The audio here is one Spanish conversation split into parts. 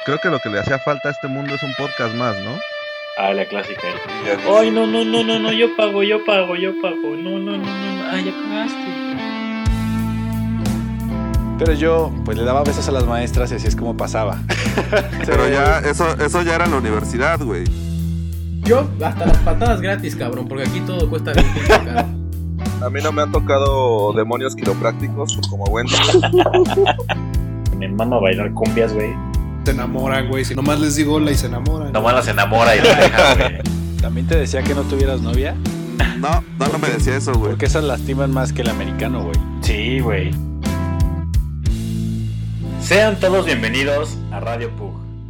creo que lo que le hacía falta a este mundo es un podcast más, ¿no? Ah, la clásica. Ay, no, yo pago. No. Ay, ya pagaste. Pero yo, pues le daba besos a las maestras y así es como pasaba. Pero ya, eso ya era en la universidad, güey. Yo, hasta las patadas gratis, cabrón, porque aquí todo cuesta bien caro. A mí no me han tocado demonios quiroprácticos como Wendy. Me mama bailar cumbias, güey. Se enamoran, güey. Si nomás les digo hola y se enamoran. Nomás las enamora y la deja, güey. ¿También te decía que no tuvieras novia? No me decía eso, güey. Porque esas lastiman más que el americano, güey. Sí, güey. Sean todos bienvenidos a Radio Pug.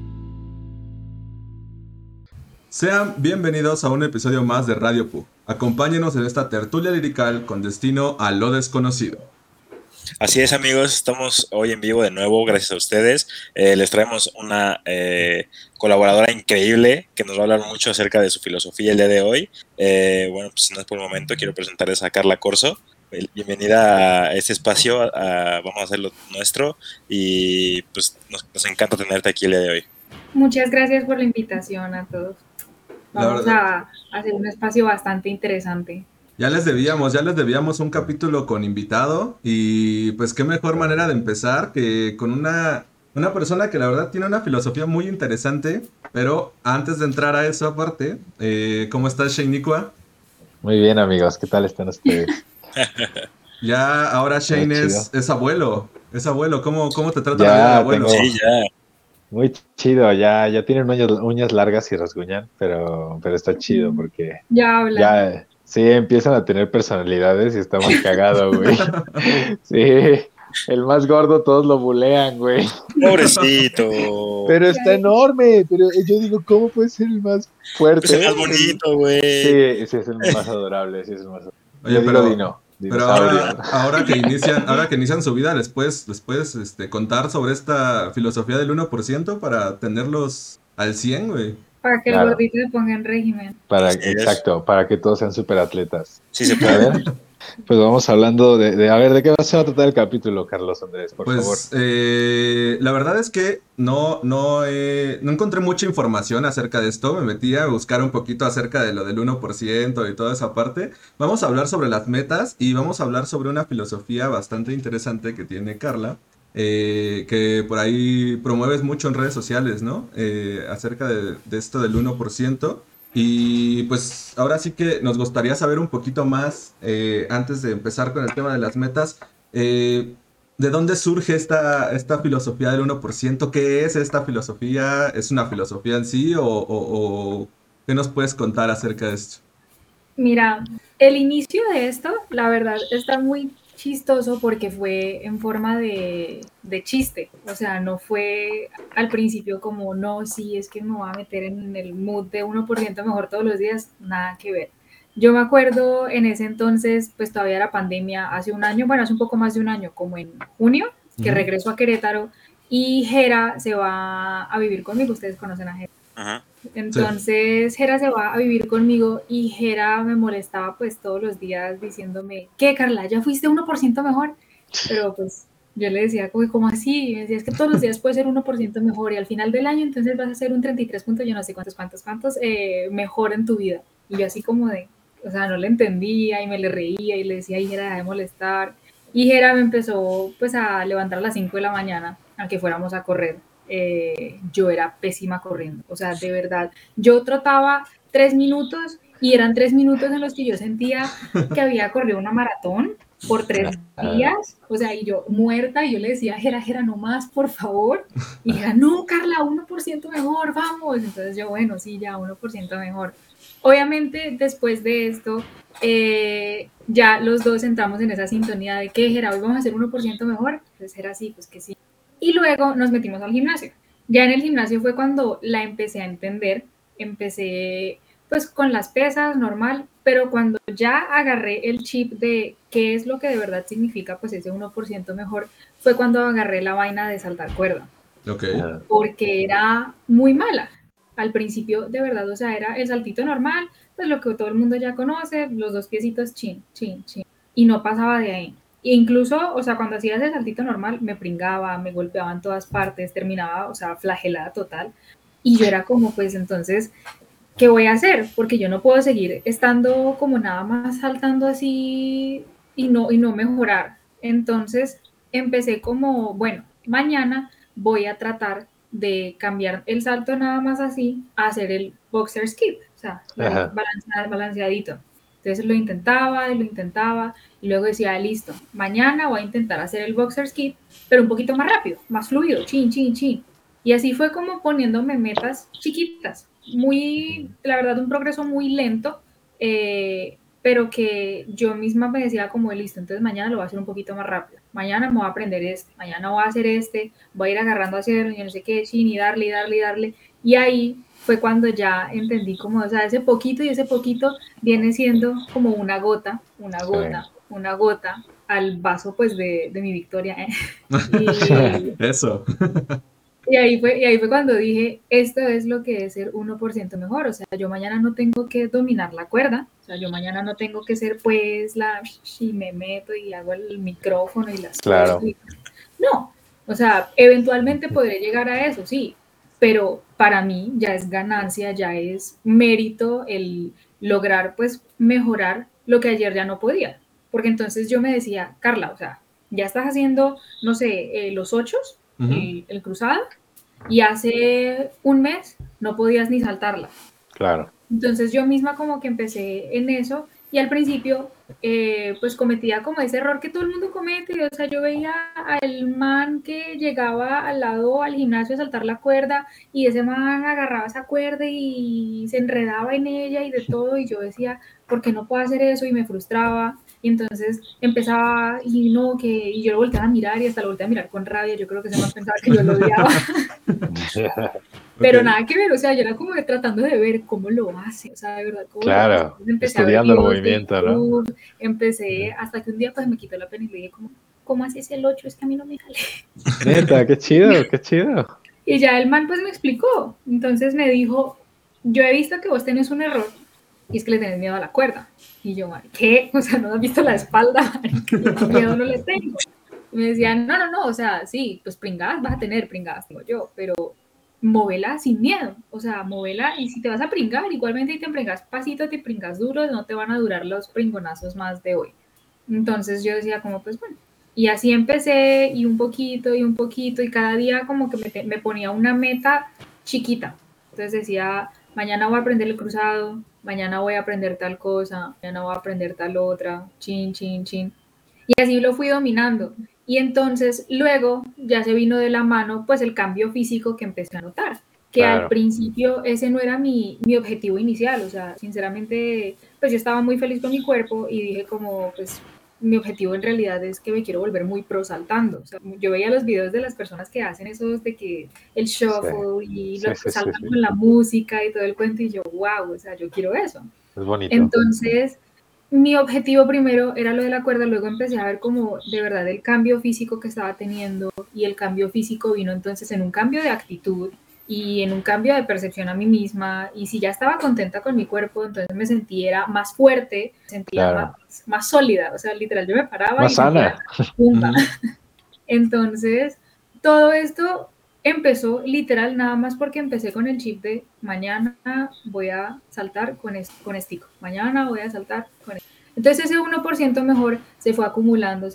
Sean bienvenidos a un episodio más de Radio Pug. Acompáñenos en esta tertulia lirical con destino a lo desconocido. Así es, amigos, estamos hoy en vivo de nuevo, gracias a ustedes. Les traemos una colaboradora increíble que nos va a hablar mucho acerca de su filosofía el día de hoy. Bueno, pues si no es por el momento, quiero presentarles a Carla Corzo. Bienvenida a este espacio, vamos a hacerlo nuestro y pues nos encanta tenerte aquí el día de hoy. Muchas gracias por la invitación a todos. Vamos a hacer un espacio bastante interesante. Ya les debíamos un capítulo con invitado y pues qué mejor manera de empezar que con una persona que la verdad tiene una filosofía muy interesante, pero antes de entrar a eso aparte, ¿cómo estás, Shane? Muy bien, amigos, ¿qué tal están ustedes? Ya, ahora Shane es abuelo, ¿cómo te trata ya, la vida de abuelo? Sí, ya. Muy chido, ya tienen uñas largas y rasguñan, pero está chido porque ya hablan. Ya, sí, empiezan a tener personalidades y está muy cagado, güey. Sí, el más gordo todos lo bulean, güey. Pobrecito. Pero está enorme, pero yo digo, ¿cómo puede ser el más fuerte? Pues el más bonito, güey. Sí, es el más adorable, sí es el más adorable. Oye, pero dinosaurio. ahora que inician su vida, ¿les puedes contar sobre esta filosofía del 1% para tenerlos al 100, güey? Para que el gordito se ponga en régimen. Exacto, para que todos sean superatletas. Sí se puede. A ver, pues vamos hablando de a ver, ¿de qué se va a tratar el capítulo, Carlos Andrés, por favor? La verdad es que no encontré mucha información acerca de esto. Me metí a buscar un poquito acerca de lo del 1% y toda esa parte. Vamos a hablar sobre las metas y vamos a hablar sobre una filosofía bastante interesante que tiene Carla. Que por ahí promueves mucho en redes sociales, ¿no? Acerca de esto del 1%. Y pues ahora sí que nos gustaría saber un poquito más, antes de empezar con el tema de las metas, ¿de dónde surge esta filosofía del 1%? ¿Qué es esta filosofía? ¿Es una filosofía en sí o qué nos puedes contar acerca de esto? Mira, el inicio de esto, la verdad, está muy chistoso porque fue en forma de chiste, o sea, no fue al principio como, no, sí, es que me voy a meter en el mood de 1% mejor todos los días, nada que ver. Yo me acuerdo en ese entonces, pues todavía era pandemia, hace un poco más de un año, como en junio, que regreso a Querétaro y Jera se va a vivir conmigo, ustedes conocen a Jera. Ajá. Entonces Jera se va a vivir conmigo y Jera me molestaba pues todos los días diciéndome, ¿qué, Carla? ¿Ya fuiste 1% mejor? Pero pues yo le decía, ¿cómo así? Y me decía, es que todos los días puedes ser 1% mejor y al final del año entonces vas a ser un 33 puntos, yo no sé cuántos mejor en tu vida. Y yo así como de, o sea, no le entendía y me le reía y le decía, ay, Jera, deja de molestar. Y Jera me empezó pues a levantar a las 5 de la mañana a que fuéramos a correr. Yo era pésima corriendo, o sea, de verdad, yo trotaba 3 minutos y eran 3 minutos en los que yo sentía que había corrido una maratón por 3 días, o sea, y yo muerta, y yo le decía, Jera, no más, por favor, y era, no, Carla, 1% mejor, vamos, entonces yo, bueno, sí, ya, 1% mejor. Obviamente, después de esto, ya los dos entramos en esa sintonía de que, Jera, hoy vamos a hacer 1% mejor, entonces era así, pues que sí. Y luego nos metimos al gimnasio. Ya en el gimnasio fue cuando la empecé a entender. Empecé pues con las pesas, normal, pero cuando ya agarré el chip de qué es lo que de verdad significa pues ese 1% mejor, fue cuando agarré la vaina de saltar cuerda. Okay. Porque era muy mala. Al principio, de verdad, o sea, era el saltito normal, pues lo que todo el mundo ya conoce, los 2 piecitos, chin, chin, chin. Y no pasaba de ahí. E incluso, o sea, cuando hacía ese saltito normal, me pringaba, me golpeaba en todas partes, terminaba, o sea, flagelada total. Y yo era como, pues entonces, ¿qué voy a hacer? Porque yo no puedo seguir estando como nada más saltando así y no mejorar. Entonces empecé como, bueno, mañana voy a tratar de cambiar el salto nada más así a hacer el boxer skip, o sea, balanceadito. Entonces lo intentaba y luego decía, listo, mañana voy a intentar hacer el boxer skip, pero un poquito más rápido, más fluido, chin, chin, chin. Y así fue como poniéndome metas chiquitas, muy, la verdad, un progreso muy lento, pero que yo misma me decía como, listo, entonces mañana lo voy a hacer un poquito más rápido, mañana me voy a aprender mañana voy a hacer voy a ir agarrando hacia y no sé qué, chin, y darle, y ahí fue cuando ya entendí como, o sea, ese poquito viene siendo como una gota al vaso, pues, de mi victoria, ¿eh? Eso. Y ahí fue cuando dije, esto es lo que es ser 1% mejor, o sea, yo mañana no tengo que dominar la cuerda, o sea, yo mañana no tengo que ser pues y me meto y hago el micrófono y las Claro. cosas. No, o sea, eventualmente podré llegar a eso, sí, pero para mí ya es ganancia, ya es mérito el lograr pues mejorar lo que ayer ya no podía, porque entonces yo me decía, Carla, o sea, ya estás haciendo, no sé, los 8, el cruzado, y hace un mes no podías ni saltarla. Claro. Entonces yo misma como que empecé en eso y al principio pues cometía como ese error que todo el mundo comete, o sea, yo veía al man que llegaba al lado al gimnasio a saltar la cuerda y ese man agarraba esa cuerda y se enredaba en ella y de todo y yo decía, ¿por qué no puedo hacer eso? Y me frustraba. Y entonces empezaba y yo lo volteaba a mirar y hasta lo volteaba a mirar con rabia. Yo creo que se me pensaba que yo lo odiaba. Pero nada que ver, o sea, yo era como que tratando de ver cómo lo hace, o sea, de verdad, cómo claro, lo hace. estudiando el movimiento, ¿no? Empecé hasta que un día pues me quitó la pena y le dije ¿cómo haces el 8? Es que a mí no me sale. Neta, qué chido, qué chido. Y ya el man pues me explicó, entonces me dijo, yo he visto que vos tenés un error y es que le tenés miedo a la cuerda. Y yo, ¿qué? O sea, ¿no has visto la espalda? Miedo no le tengo. Y me decían, no, o sea, sí, pues pringadas vas a tener, pringadas tengo yo, pero móvela sin miedo, o sea, móvela y si te vas a pringar, igualmente si te pringas pasito, te pringas duro, no te van a durar los pringonazos más de hoy. Entonces yo decía como, pues bueno, y así empecé y un poquito y cada día como que me ponía una meta chiquita. Entonces decía, mañana voy a aprender el cruzado, mañana voy a aprender tal cosa, mañana voy a aprender tal otra, chin, chin, chin. Y así lo fui dominando. Y entonces luego ya se vino de la mano pues el cambio físico que empecé a notar, que al principio ese no era mi objetivo inicial, o sea, sinceramente pues yo estaba muy feliz con mi cuerpo y dije como pues mi objetivo en realidad es que me quiero volver muy pro saltando, o sea, yo veía los videos de las personas que hacen esos de que el shuffle y los que saltan con la música y todo el cuento y yo wow, o sea, yo quiero eso. Es bonito. Entonces mi objetivo primero era lo de la cuerda, luego empecé a ver como de verdad el cambio físico que estaba teniendo y el cambio físico vino entonces en un cambio de actitud y en un cambio de percepción a mí misma y si ya estaba contenta con mi cuerpo, entonces me sentía más fuerte, me sentía más sólida, o sea, literal yo me paraba más y sana. Pumba. Entonces, todo esto empezó literal nada más porque empecé con el chip de mañana voy a saltar con estico, mañana voy a saltar con estico. Entonces ese 1% mejor se fue acumulando,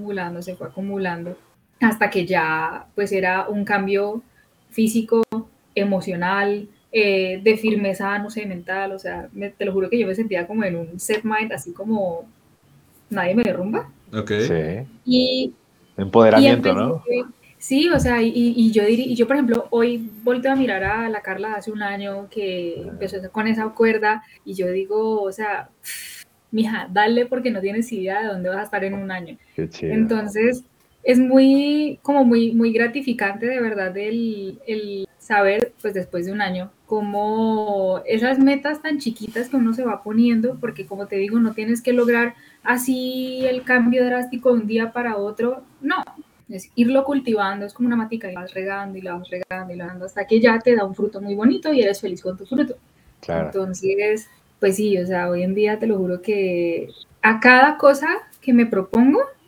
hasta que ya pues era un cambio físico, emocional, de firmeza, no sé, mental, o sea, te lo juro que yo me sentía como en un set mind, así como nadie me derrumba. Ok. Sí. Y empoderamiento, empecé, ¿no? Sí, o sea, y yo, por ejemplo, hoy volteo a mirar a la Carla de hace un año que empezó con esa cuerda y yo digo, o sea, mija, dale porque no tienes idea de dónde vas a estar en un año. Qué chido. Entonces, es muy gratificante de verdad el saber, pues después de un año, como esas metas tan chiquitas que uno se va poniendo, porque como te digo, no tienes que lograr así el cambio drástico de un día para otro, no. Es irlo cultivando, es como una matica y la vas regando y la vas regando y la vas regando hasta que ya te da un fruto muy bonito y eres feliz con tu fruto. Claro. Entonces, pues sí, o sea, hoy en día te lo juro que a cada cosa que me propongo,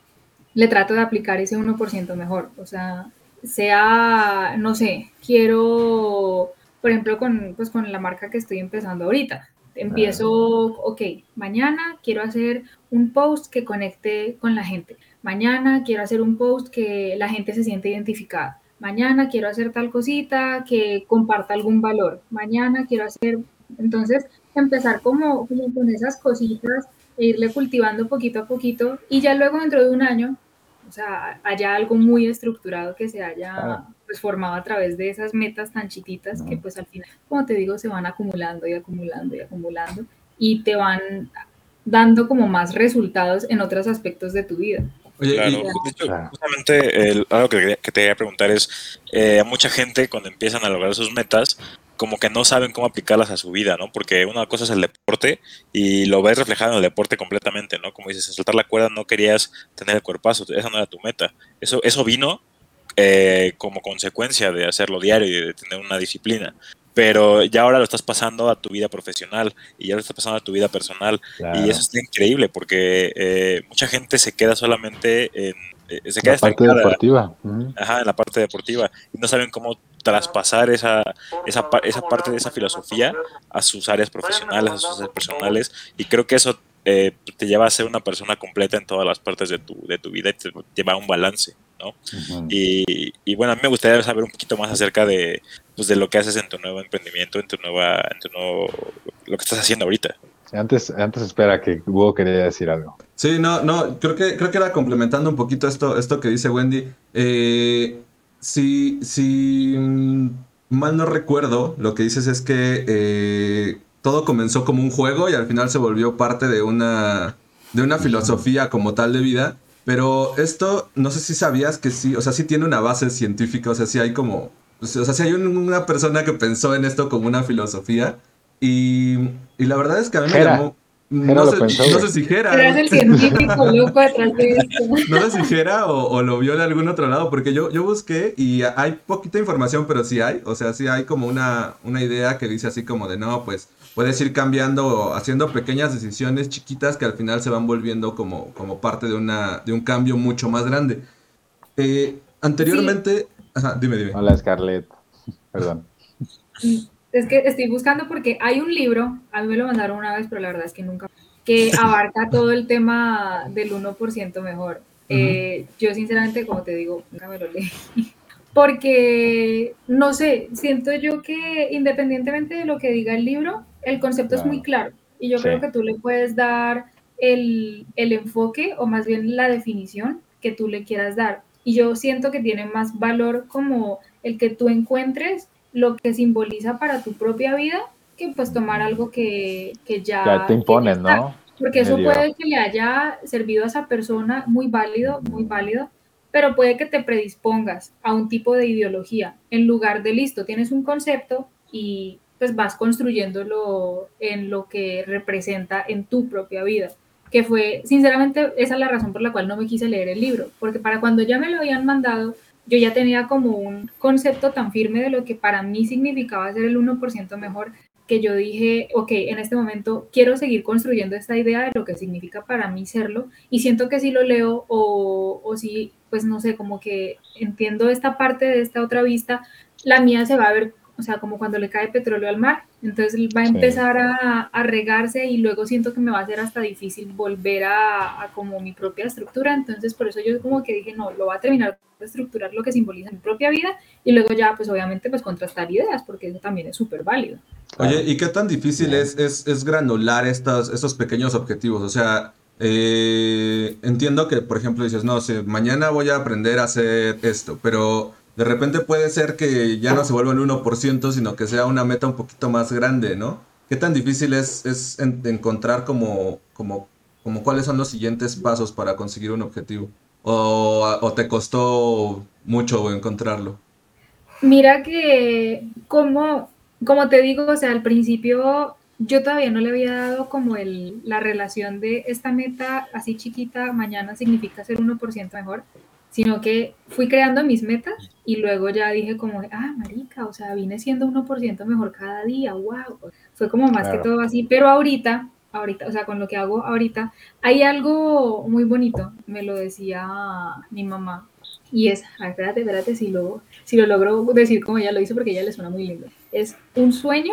le trato de aplicar ese 1% mejor. O sea, no sé, quiero, por ejemplo, con la marca que estoy empezando ahorita. Empiezo, ok, mañana quiero hacer un post que conecte con la gente. Mañana quiero hacer un post que la gente se siente identificada. Mañana quiero hacer tal cosita que comparta algún valor. Mañana quiero hacer... Entonces, empezar como con esas cositas e irle cultivando poquito a poquito y ya luego dentro de un año, o sea, haya algo muy estructurado que se haya pues, formado a través de esas metas tan chiquitas que pues al final, como te digo, se van acumulando y acumulando y acumulando y te van dando como más resultados en otros aspectos de tu vida. Oye, Claro, de hecho, justamente algo que te quería preguntar es, a mucha gente cuando empiezan a lograr sus metas, como que no saben cómo aplicarlas a su vida, ¿no? Porque una cosa es el deporte y lo ves reflejado en el deporte completamente, ¿no? Como dices, en saltar la cuerda no querías tener el cuerpazo, esa no era tu meta. Eso vino como consecuencia de hacerlo diario y de tener una disciplina. Pero ya ahora lo estás pasando a tu vida profesional y ya lo estás pasando a tu vida personal. Claro. Y eso está increíble porque mucha gente se queda solamente se queda La parte estancada, deportiva. en la parte deportiva y no saben cómo traspasar esa parte de esa filosofía a sus áreas profesionales, a sus áreas personales, y creo que eso te lleva a ser una persona completa en todas las partes de tu vida y te lleva a un balance, ¿no? Y bueno, a mí me gustaría saber un poquito más acerca de lo que haces en tu nuevo emprendimiento, lo que estás haciendo ahorita. Antes espera, que Hugo quería decir algo. Sí, no, creo que era complementando un poquito esto que dice Wendy. Si mal no recuerdo, lo que dices es que todo comenzó como un juego y al final se volvió parte de una filosofía como tal de vida. Pero esto, no sé si sabías que sí, o sea, sí tiene una base científica, o sea, sí hay como, o sea, sí hay una persona que pensó en esto como una filosofía. Y la verdad es que a mí me llamó... No sé si Jera. Eres el científico loco detrás de esto. No sé si Jera o lo vio de algún otro lado, porque yo busqué y hay poquita información, pero sí hay. O sea, sí hay como una idea que dice así como de, no, pues puedes ir cambiando, haciendo pequeñas decisiones chiquitas que al final se van volviendo como parte de un cambio mucho más grande. Anteriormente... Sí. Ajá, dime. Hola, Scarlett. Perdón. Es que estoy buscando porque hay un libro, a mí me lo mandaron una vez, pero la verdad es que nunca, que abarca todo el tema del 1% mejor. Yo sinceramente, como te digo, nunca me lo leí. Porque, no sé, siento yo que independientemente de lo que diga el libro, el concepto es muy claro. Y yo creo que tú le puedes dar el enfoque o más bien la definición que tú le quieras dar. Y yo siento que tiene más valor como el que tú encuentres lo que simboliza para tu propia vida, que pues tomar algo que ya te imponen, ¿no? Porque eso puede que le haya servido a esa persona, muy válido, pero puede que te predispongas a un tipo de ideología, en lugar de listo, tienes un concepto y pues vas construyéndolo en lo que representa en tu propia vida, que fue, sinceramente, esa es la razón por la cual no me quise leer el libro, porque para cuando ya me lo habían mandado, yo ya tenía como un concepto tan firme de lo que para mí significaba ser el 1% mejor, que yo dije, ok, en este momento quiero seguir construyendo esta idea de lo que significa para mí serlo, y siento que si lo leo o si, pues no sé, como que entiendo esta parte de esta otra vista, la mía se va a ver, o sea, como cuando le cae petróleo al mar, entonces va a empezar a regarse y luego siento que me va a ser hasta difícil volver a como mi propia estructura, entonces por eso yo como que dije, no, lo va a terminar de estructurar lo que simboliza mi propia vida y luego ya, pues obviamente, pues contrastar ideas, porque eso también es súper válido. Oye, ¿y qué tan difícil es granular estos pequeños objetivos? O sea, entiendo que, por ejemplo, dices, no, mañana voy a aprender a hacer esto, pero de repente puede ser que ya no se vuelva el 1%, sino que sea una meta un poquito más grande, ¿no? ¿Qué tan difícil es encontrar como cuáles son los siguientes pasos para conseguir un objetivo? ¿O te costó mucho encontrarlo? Mira que como te digo, o sea, al principio yo todavía no le había dado como la relación de esta meta así chiquita, mañana significa ser 1% mejor, sino que fui creando mis metas y luego ya dije como, marica, o sea, vine siendo 1% mejor cada día, wow. Fue como más que todo así, pero ahorita ahorita, o sea, con lo que hago ahorita, hay algo muy bonito, me lo decía mi mamá, y es, espérate, si lo logro decir como ella lo hizo, porque a ella le suena muy lindo. Es un sueño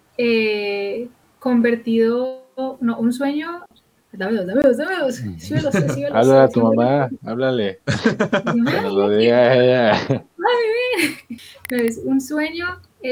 convertido, no, un sueño, dame dos, sí me lo Háblale a sé, tu mamá, háblale. Que nos lo diga ella. Entonces, un sueño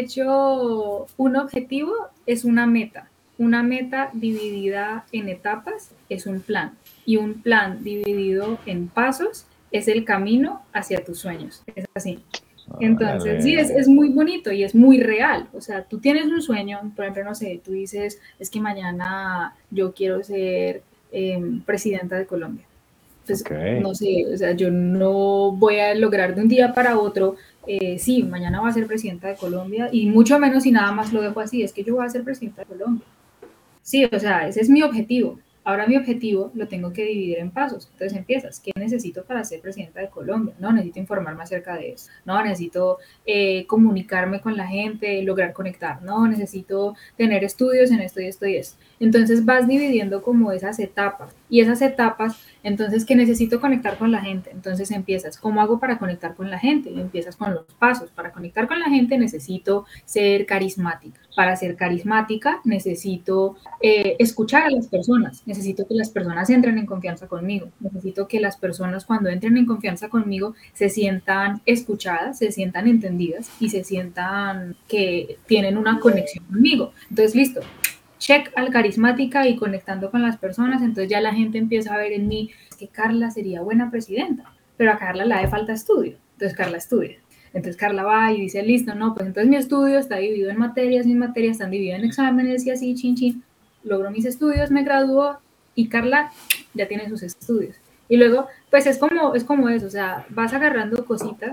hecho un objetivo es una meta. Una meta dividida en etapas es un plan. Y un plan dividido en pasos es el camino hacia tus sueños. Es así. Entonces, sí, es muy bonito y es muy real. O sea, tú tienes un sueño, por ejemplo, no sé, tú dices, es que mañana yo quiero ser presidenta de Colombia. Pues, no sé, o sea, yo no voy a lograr de un día para otro, sí, mañana voy a ser presidenta de Colombia, y mucho menos si nada más lo dejo así, es que yo voy a ser presidenta de Colombia. Sí, o sea, ese es mi objetivo. Ahora mi objetivo lo tengo que dividir en pasos. Entonces empiezas, ¿qué necesito para ser presidenta de Colombia? No, necesito informarme acerca de eso. No, necesito comunicarme con la gente, lograr conectar. No, necesito tener estudios en esto y esto y esto. Entonces vas dividiendo como esas etapas. Y esas etapas, entonces, ¿qué necesito conectar con la gente? Entonces empiezas, ¿cómo hago para conectar con la gente? Y empiezas con los pasos. Para conectar con la gente necesito ser carismática. Para ser carismática necesito escuchar a las personas. Necesito que las personas entren en confianza conmigo. Necesito que las personas cuando entren en confianza conmigo se sientan escuchadas, se sientan entendidas y se sientan que tienen una conexión conmigo. Entonces, listo. Check al carismática y conectando con las personas, entonces ya la gente empieza a ver en mí que Carla sería buena presidenta, pero a Carla le hace falta estudio, entonces Carla estudia. Entonces Carla va y dice, listo, no, pues entonces mi estudio está dividido en materias, mis materias están divididas en exámenes y así, chin, chin. Logro mis estudios, me graduó y Carla ya tiene sus estudios. Y luego, pues es como eso, o sea, vas agarrando cositas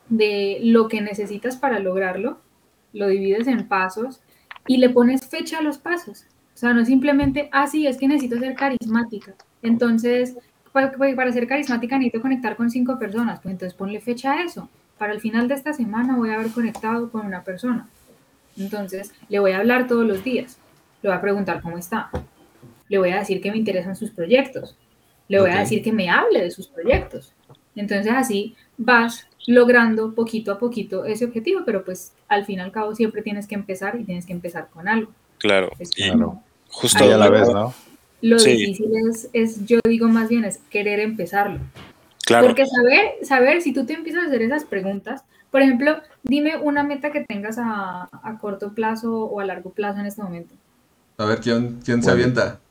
de lo que necesitas para lograrlo, lo divides en pasos y le pones fecha a los pasos. O sea, no simplemente, sí, es que necesito ser carismática. Entonces, para ser carismática necesito conectar con 5 personas. Pues entonces ponle fecha a eso. Para el final de esta semana voy a haber conectado con una persona. Entonces, le voy a hablar todos los días. Le voy a preguntar cómo está. Le voy a decir que me interesan sus proyectos. Le voy a decir que me hable de sus proyectos. Entonces, así vas logrando poquito a poquito ese objetivo, pero pues al fin y al cabo siempre tienes que empezar y tienes que empezar con algo. Claro, claro. Justo a la vez, ¿no? Lo difícil es, yo digo más bien, es querer empezarlo. Claro. Porque saber si tú te empiezas a hacer esas preguntas, por ejemplo, dime una meta que tengas a corto plazo o a largo plazo en este momento. A ver, ¿quién se avienta?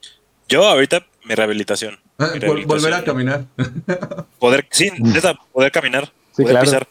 Yo ahorita mi rehabilitación. Volver a caminar. Poder caminar, sí, poder claro. pisar.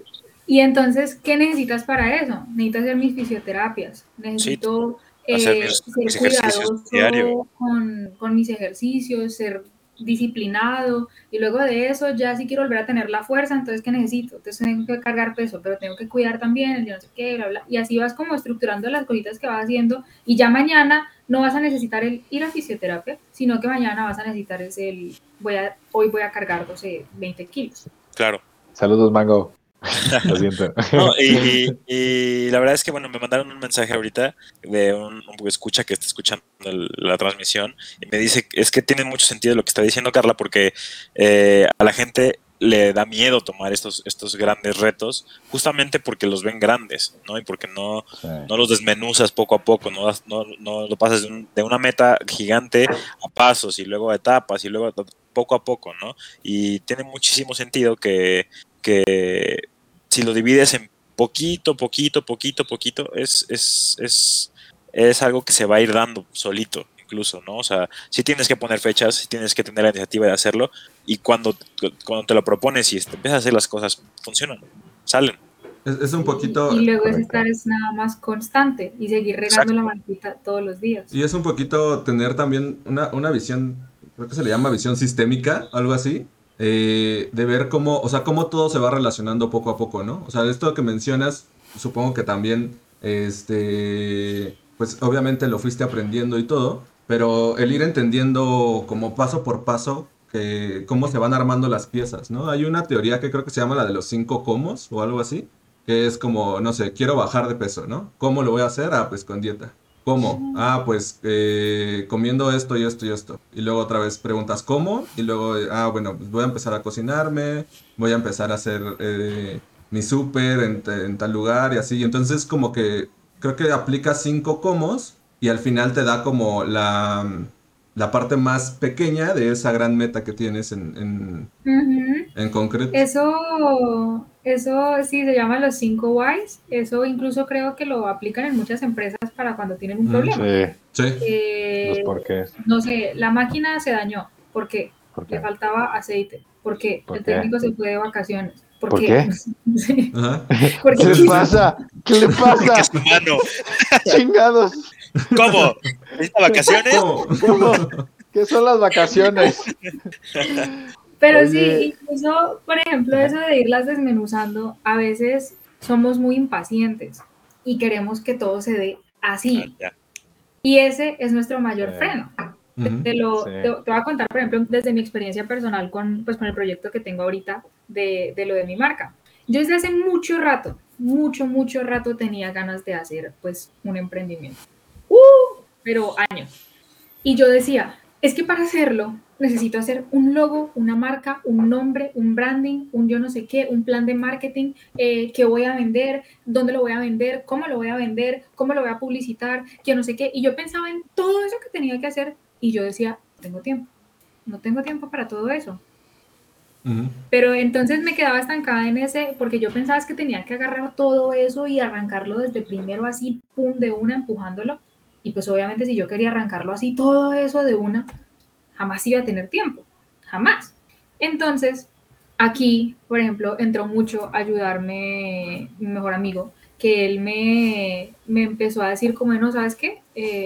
Y entonces, ¿qué necesitas para eso? Necesito hacer mis fisioterapias, necesito hacer mis ejercicios diarios con mis ejercicios, ser disciplinado, y luego de eso ya si quiero volver a tener la fuerza, entonces ¿qué necesito? Entonces tengo que cargar peso, pero tengo que cuidar también, yo no sé qué, bla, bla, y así vas como estructurando las cositas que vas haciendo, y ya mañana no vas a necesitar el ir a fisioterapia, sino que mañana vas a necesitar hoy voy a cargar 20 kilos. Claro. Saludos, Mango. Lo siento. No, y la verdad es que, bueno, me mandaron un mensaje ahorita de un escucha que está escuchando la transmisión y me dice, es que tiene mucho sentido lo que está diciendo Carla, porque a la gente le da miedo tomar estos grandes retos, justamente porque los ven grandes, ¿no? Y porque no los desmenuzas poco a poco, no lo pasas de una meta gigante a pasos y luego a etapas y luego poco a poco, ¿no? Y tiene muchísimo sentido que si lo divides en poquito, es algo que se va a ir dando solito, incluso, ¿no? O sea, sí tienes que poner fechas, sí tienes que tener la iniciativa de hacerlo, y cuando te lo propones y te empiezas a hacer las cosas, funcionan, salen. Es un poquito... Y luego es nada más constante y seguir regando la maldita todos los días. Y es un poquito tener también una visión, creo que se le llama visión sistémica, algo así. De ver cómo todo se va relacionando poco a poco, ¿no? O sea, esto que mencionas, supongo que también, pues obviamente lo fuiste aprendiendo y todo, pero el ir entendiendo como paso por paso cómo se van armando las piezas, ¿no? Hay una teoría que creo que se llama la de los 5 cómo o algo así, que es como, no sé, quiero bajar de peso, ¿no? ¿Cómo lo voy a hacer? Pues con dieta. ¿Cómo? Ah, pues comiendo esto y esto y esto. Y luego otra vez preguntas ¿cómo? Y luego, bueno, pues voy a empezar a cocinarme, voy a empezar a hacer mi súper en tal lugar y así. Y entonces como que creo que aplicas 5 comos y al final te da como la parte más pequeña de esa gran meta que tienes Ujú. en concreto. Eso sí se llama los 5 whys. Eso incluso creo que lo aplican en muchas empresas para cuando tienen un problema. Sí, Sí. los porqués. No sé, la máquina se dañó. ¿Por qué? ¿Por qué? Le faltaba aceite. ¿Por qué? ¿Por El qué? técnico se fue de vacaciones. ¿Por qué? Sí. Ajá. ¿Por ¿Qué le quiso? pasa? ¿Qué le pasa? Es humano. ¡Chingados! ¿Cómo? ¿Necesita vacaciones? ¿Cómo? ¿Qué son las vacaciones? Pero Oye. sí, incluso, por ejemplo, eso de irlas desmenuzando, a veces somos muy impacientes y queremos que todo se dé así. Ya. Y ese es nuestro mayor Sí. freno. Ujú. Sí. Te voy a contar, por ejemplo, desde mi experiencia personal con el proyecto que tengo ahorita de lo de mi marca. Yo desde hace mucho rato tenía ganas de hacer pues un emprendimiento. Pero años. Y yo decía, es que para hacerlo necesito hacer un logo, una marca, un nombre, un branding, un yo no sé qué, un plan de marketing, qué voy a vender, dónde lo voy a vender, cómo lo voy a vender, cómo lo voy a publicitar, que no sé qué. Y yo pensaba en todo eso que tenía que hacer y yo decía, no tengo tiempo para todo eso. Ujú. Pero entonces me quedaba estancada en ese, porque yo pensaba es que tenía que agarrar todo eso y arrancarlo desde primero así, pum, de una, empujándolo. Y pues obviamente si yo quería arrancarlo así, todo eso de una, jamás iba a tener tiempo, jamás. Entonces, aquí, por ejemplo, entró mucho a ayudarme mi mejor amigo, que él me empezó a decir como, no, ¿sabes qué?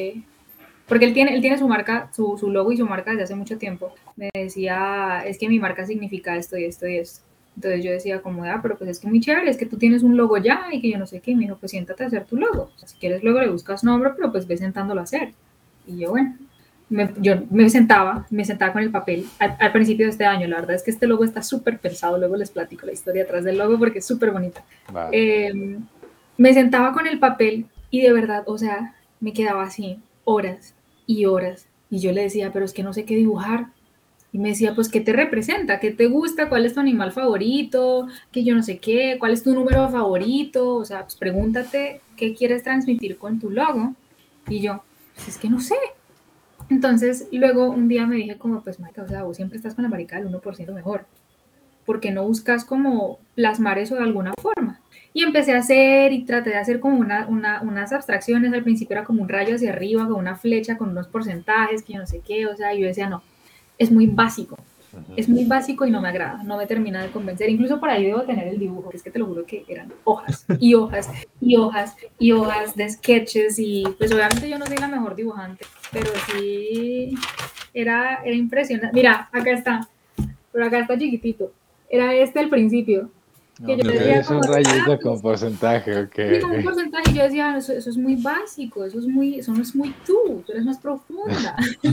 Porque él tiene su marca, su logo y su marca desde hace mucho tiempo. Me decía, es que mi marca significa esto y esto y esto. Entonces yo decía como, pero pues es que muy chévere, es que tú tienes un logo ya y que yo no sé qué. Y me dijo, pues siéntate a hacer tu logo. O sea, si quieres luego le buscas nombre, pero pues ve sentándolo a hacer. Y yo, bueno, yo me sentaba con el papel al principio de este año. La verdad es que este logo está súper pensado. Luego les platico la historia atrás del logo porque es súper bonita. Vale. Me sentaba con el papel y de verdad, o sea, me quedaba así horas y horas. Y yo le decía, pero es que no sé qué dibujar. Y me decía, pues, ¿qué te representa? ¿Qué te gusta? ¿Cuál es tu animal favorito? Que yo no sé qué. ¿Cuál es tu número favorito? O sea, pues pregúntate qué quieres transmitir con tu logo. Y yo, pues es que no sé. Entonces, luego un día me dije como, pues, marica, o sea, vos siempre estás con la marica del 1% mejor. ¿Por qué no buscas como plasmar eso de alguna forma? Y empecé a hacer y traté de hacer como unas abstracciones. Al principio era como un rayo hacia arriba, con una flecha, con unos porcentajes, que yo no sé qué. O sea, yo decía, no, es muy básico. Es muy básico y no me agrada, no me termina de convencer. Incluso por ahí debo tener el dibujo, que es que te lo juro que eran hojas y hojas y hojas y hojas de sketches. Y pues obviamente yo no soy la mejor dibujante, pero sí era impresionante. Mira, acá está, pero acá está chiquitito. Era este el principio. Que yo decía Es un como, rayito con porcentaje, ok. sí, como un porcentaje. Yo decía, eso es muy básico, eso no es muy tú eres más profunda.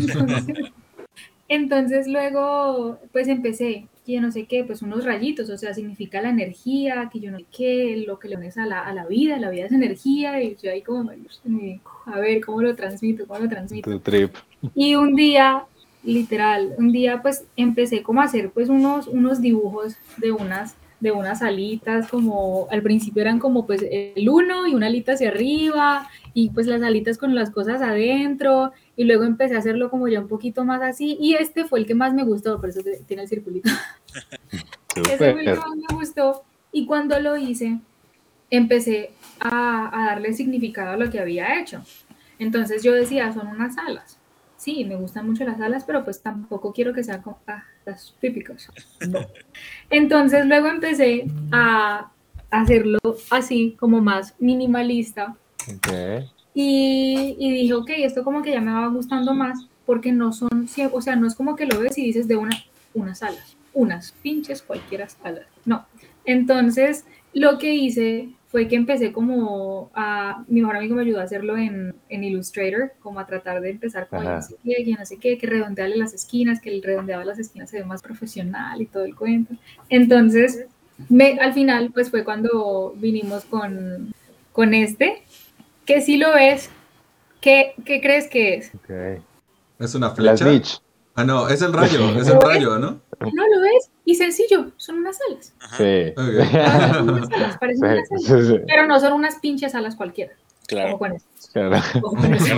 Entonces luego, pues empecé, que yo no sé qué, pues unos rayitos, o sea, significa la energía, que yo no sé qué, lo que le unes a la vida es energía, y yo ahí como, a ver, ¿cómo lo transmito? Tu trip. Y un día, literal, pues empecé como a hacer pues unos dibujos de unas alitas, como al principio eran como pues el uno y una alita hacia arriba, y pues las alitas con las cosas adentro, y luego empecé a hacerlo como ya un poquito más así, y este fue el que más me gustó, por eso tiene el circulito. Ese fue el que más me gustó, y cuando lo hice, empecé a darle significado a lo que había hecho. Entonces yo decía, son unas alas. Sí, me gustan mucho las alas, pero pues tampoco quiero que sean como las típicas. No. Entonces luego empecé a hacerlo así, como más minimalista. Okay. Y dije, ok, esto como que ya me va gustando más, porque no son, o sea, no es como que lo ves y dices de unas alas, unas pinches cualquiera alas. No. Entonces lo que hice fue que empecé como mi mejor amigo me ayudó a hacerlo en Illustrator, como a tratar de empezar con no sé qué, que redondearle las esquinas, que el redondeado de las esquinas se ve más profesional y todo el cuento. Entonces, al final, pues fue cuando vinimos con este, que si lo ves, ¿Qué crees que es? Ok. ¿Es una La flecha? snitch. Ah, no, es el rayo, es el rayo, ¿no? No lo ves, y sencillo, son unas alas. Sí. Son unas alas, parecen unas Sí, alas. sí, sí. Pero no son unas pinches alas cualquiera. Claro. Ojo con eso. Claro. Ojo con eso.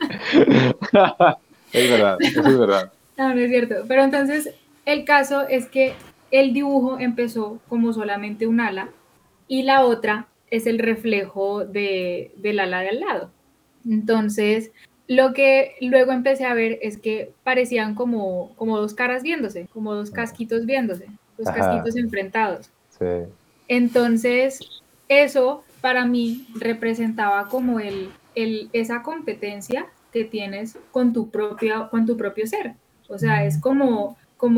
Es verdad, eso es verdad. No, no es cierto. Pero entonces, el caso es que el dibujo empezó como solamente un ala y la otra es el reflejo del ala de al lado. Entonces, lo que luego empecé a ver es que parecían como dos caras viéndose, como dos casquitos viéndose, dos Ajá. casquitos enfrentados. Sí. Entonces, eso para mí representaba como esa competencia que tienes con tu propio ser. O sea, es como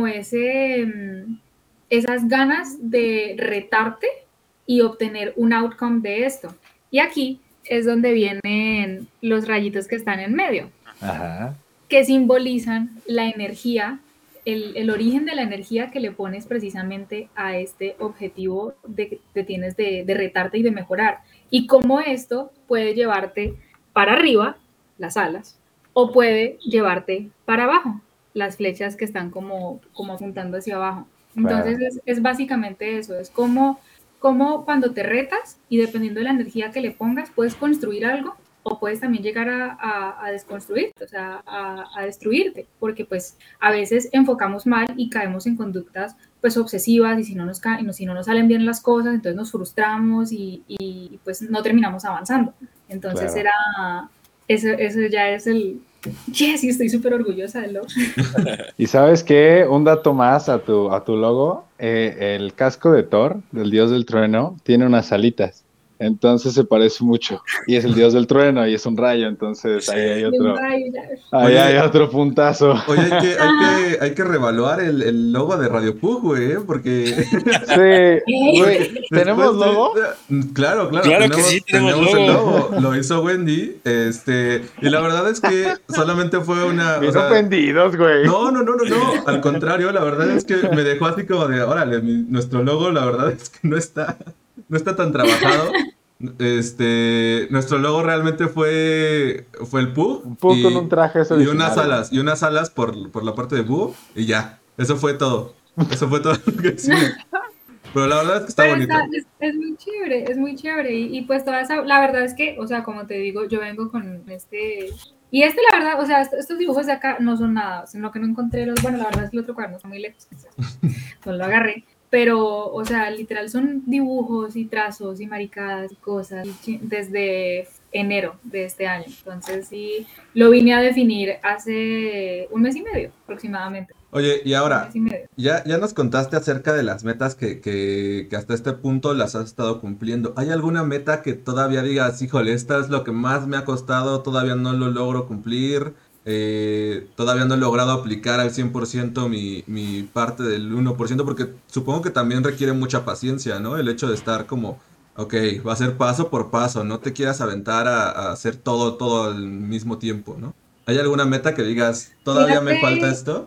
esas ganas de retarte y obtener un outcome de esto. Y aquí es donde vienen los rayitos que están en medio, Ajá. que simbolizan la energía, el origen de la energía que le pones precisamente a este objetivo que tienes de retarte y de mejorar. Y cómo esto puede llevarte para arriba, las alas, o puede llevarte para abajo, las flechas que están como apuntando hacia abajo. Entonces es básicamente eso, es como cuando te retas y dependiendo de la energía que le pongas, puedes construir algo o puedes también llegar a desconstruirte, o sea, a destruirte, porque pues a veces enfocamos mal y caemos en conductas pues obsesivas y si no nos salen bien las cosas, entonces nos frustramos y pues no terminamos avanzando. Entonces eso ya es yes, y estoy súper orgullosa del logo. ¿Y sabes qué? Un dato más a tu logo. El casco de Thor, del dios del trueno, tiene unas alitas. Entonces se parece mucho. Y es el dios del trueno y es un rayo. Entonces ahí hay otro puntazo. Oye, hay que reevaluar el logo de Radio Pug, güey, porque... Sí, güey. ¿Tenemos logo? Claro, Claro que sí, tenemos el logo. logo. Lo hizo Wendy, y la verdad es que solamente fue una... Bien ofendidos, güey. No. Al contrario, la verdad es que me dejó así como de, órale, nuestro logo, la verdad es que no está tan trabajado. Nuestro logo realmente fue el Pug. Un Pug con un traje y unas alas por la parte de búho y ya. Eso fue todo. Eso fue todo lo que hicimos. Pero la verdad es que está bonito. Es muy chévere. Y pues toda esa, la verdad es que, o sea, como te digo, yo vengo con y la verdad, o sea, estos dibujos de acá no son nada, sino que no encontré bueno, la verdad es que el otro cuaderno está muy lejos, no lo agarré. Pero, o sea, literal son dibujos y trazos y maricadas y cosas desde enero de este año. Entonces sí, lo vine a definir hace un mes y medio aproximadamente. Oye, y ahora, ya nos contaste acerca de las metas que hasta este punto las has estado cumpliendo. ¿Hay alguna meta que todavía digas, híjole, esta es lo que más me ha costado, todavía no lo logro cumplir? Todavía no he logrado aplicar al 100% mi parte del 1%, porque supongo que también requiere mucha paciencia, ¿no? El hecho de estar como, ok, va a ser paso por paso, no te quieras aventar a hacer todo al mismo tiempo, ¿no? ¿Hay alguna meta que digas, todavía me falta esto?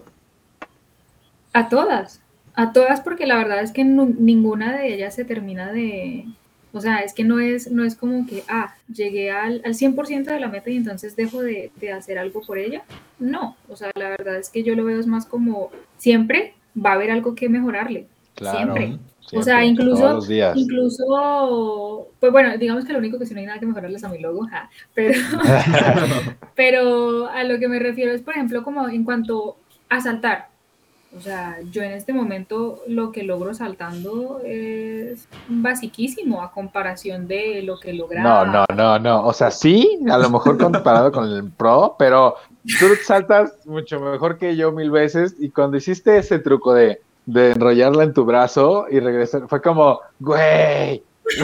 A todas porque la verdad es que ninguna de ellas se termina de... O sea, es que no es como que, llegué al 100% de la meta y entonces dejo de hacer algo por ella. No, o sea, la verdad es que yo lo veo es más como, siempre va a haber algo que mejorarle. Claro, siempre. O sea, incluso, todos los días. pues bueno, digamos que lo único que sí no hay nada que mejorarles a mi logo, pero a lo que me refiero es, por ejemplo, como en cuanto a saltar. O sea, yo en este momento lo que logro saltando es basiquísimo a comparación de lo que lograba. No. O sea, sí, a lo mejor comparado con el pro, pero tú saltas mucho mejor que yo 1000 veces. Y cuando hiciste ese truco de enrollarla en tu brazo y regresar, fue como, güey.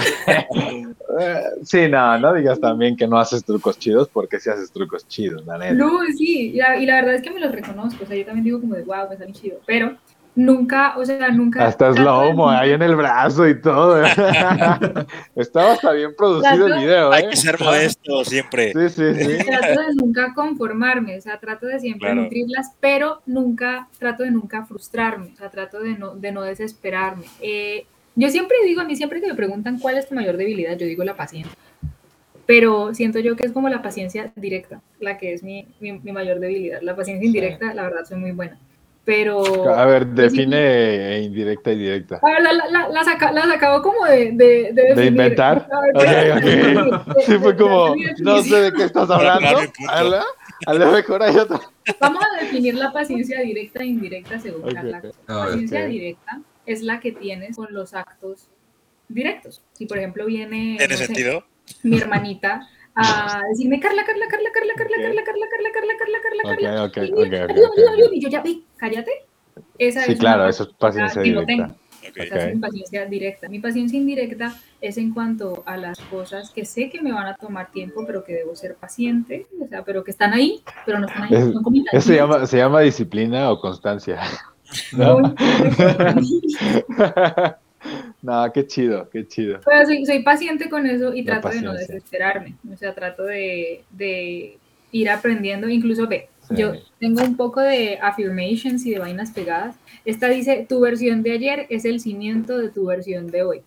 Sí, no digas también que no haces trucos chidos, porque sí haces trucos chidos, la neta. No, sí, y la verdad es que me los reconozco, o sea, yo también digo como de wow, me salen chido, pero nunca. Hasta slow-mo ahí en el brazo y todo. Estaba hasta bien producido el video, Hay que ser modesto siempre. Sí. Trato de nunca conformarme, o sea, trato de siempre nutrirlas, pero trato de nunca frustrarme, o sea, trato de no desesperarme. Yo siempre digo, a mí siempre que me preguntan cuál es tu mayor debilidad, yo digo la paciencia. pero siento yo que es como la paciencia directa, la que es mi mayor debilidad. La paciencia indirecta, la verdad, soy muy buena. Pero... A ver, define indirecta y directa. A ver, las acabo como de definir. ¿De inventar? Ok. Sí, fue como, no sé de qué estás hablando. A lo mejor hay otra. Vamos a definir la paciencia directa e indirecta según Carla. La paciencia directa es la que tienes con los actos directos. Si, por ejemplo, viene... ¿Tiene sentido? Mi hermanita a decirme Carla, y yo ya vi, cállate. Esa sí, es claro, eso es paciencia directa. Okay. Esa es mi paciencia directa. Mi paciencia indirecta es en cuanto a las cosas que sé que me van a tomar tiempo, pero que debo ser paciente, o sea, pero que están ahí, pero no están ahí. Eso se llama disciplina o constancia. ¿No? No, qué chido, qué chido. Pero soy paciente con eso y trato de no desesperarme. O sea, trato de ir aprendiendo. Incluso, yo tengo un poco de affirmations y de vainas pegadas. Esta dice, tu versión de ayer es el cimiento de tu versión de hoy.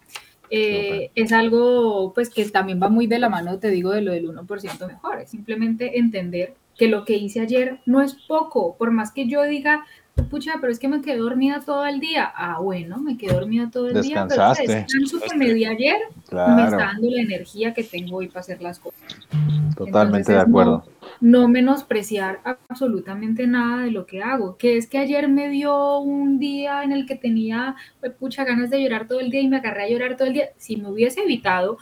Es algo, pues, que también va muy de la mano, te digo, de lo del 1% mejor. Es simplemente entender que lo que hice ayer no es poco. Por más que yo diga... Pucha, pero es que me quedé dormida todo el día. Ah, bueno, me quedé dormida todo el día, pero ese descanso que me di ayer me está dando la energía que tengo hoy para hacer las cosas. Totalmente de acuerdo. No menospreciar absolutamente nada de lo que hago, que es que ayer me dio un día en el que tenía, pucha, ganas de llorar todo el día y me agarré a llorar todo el día. Si me hubiese evitado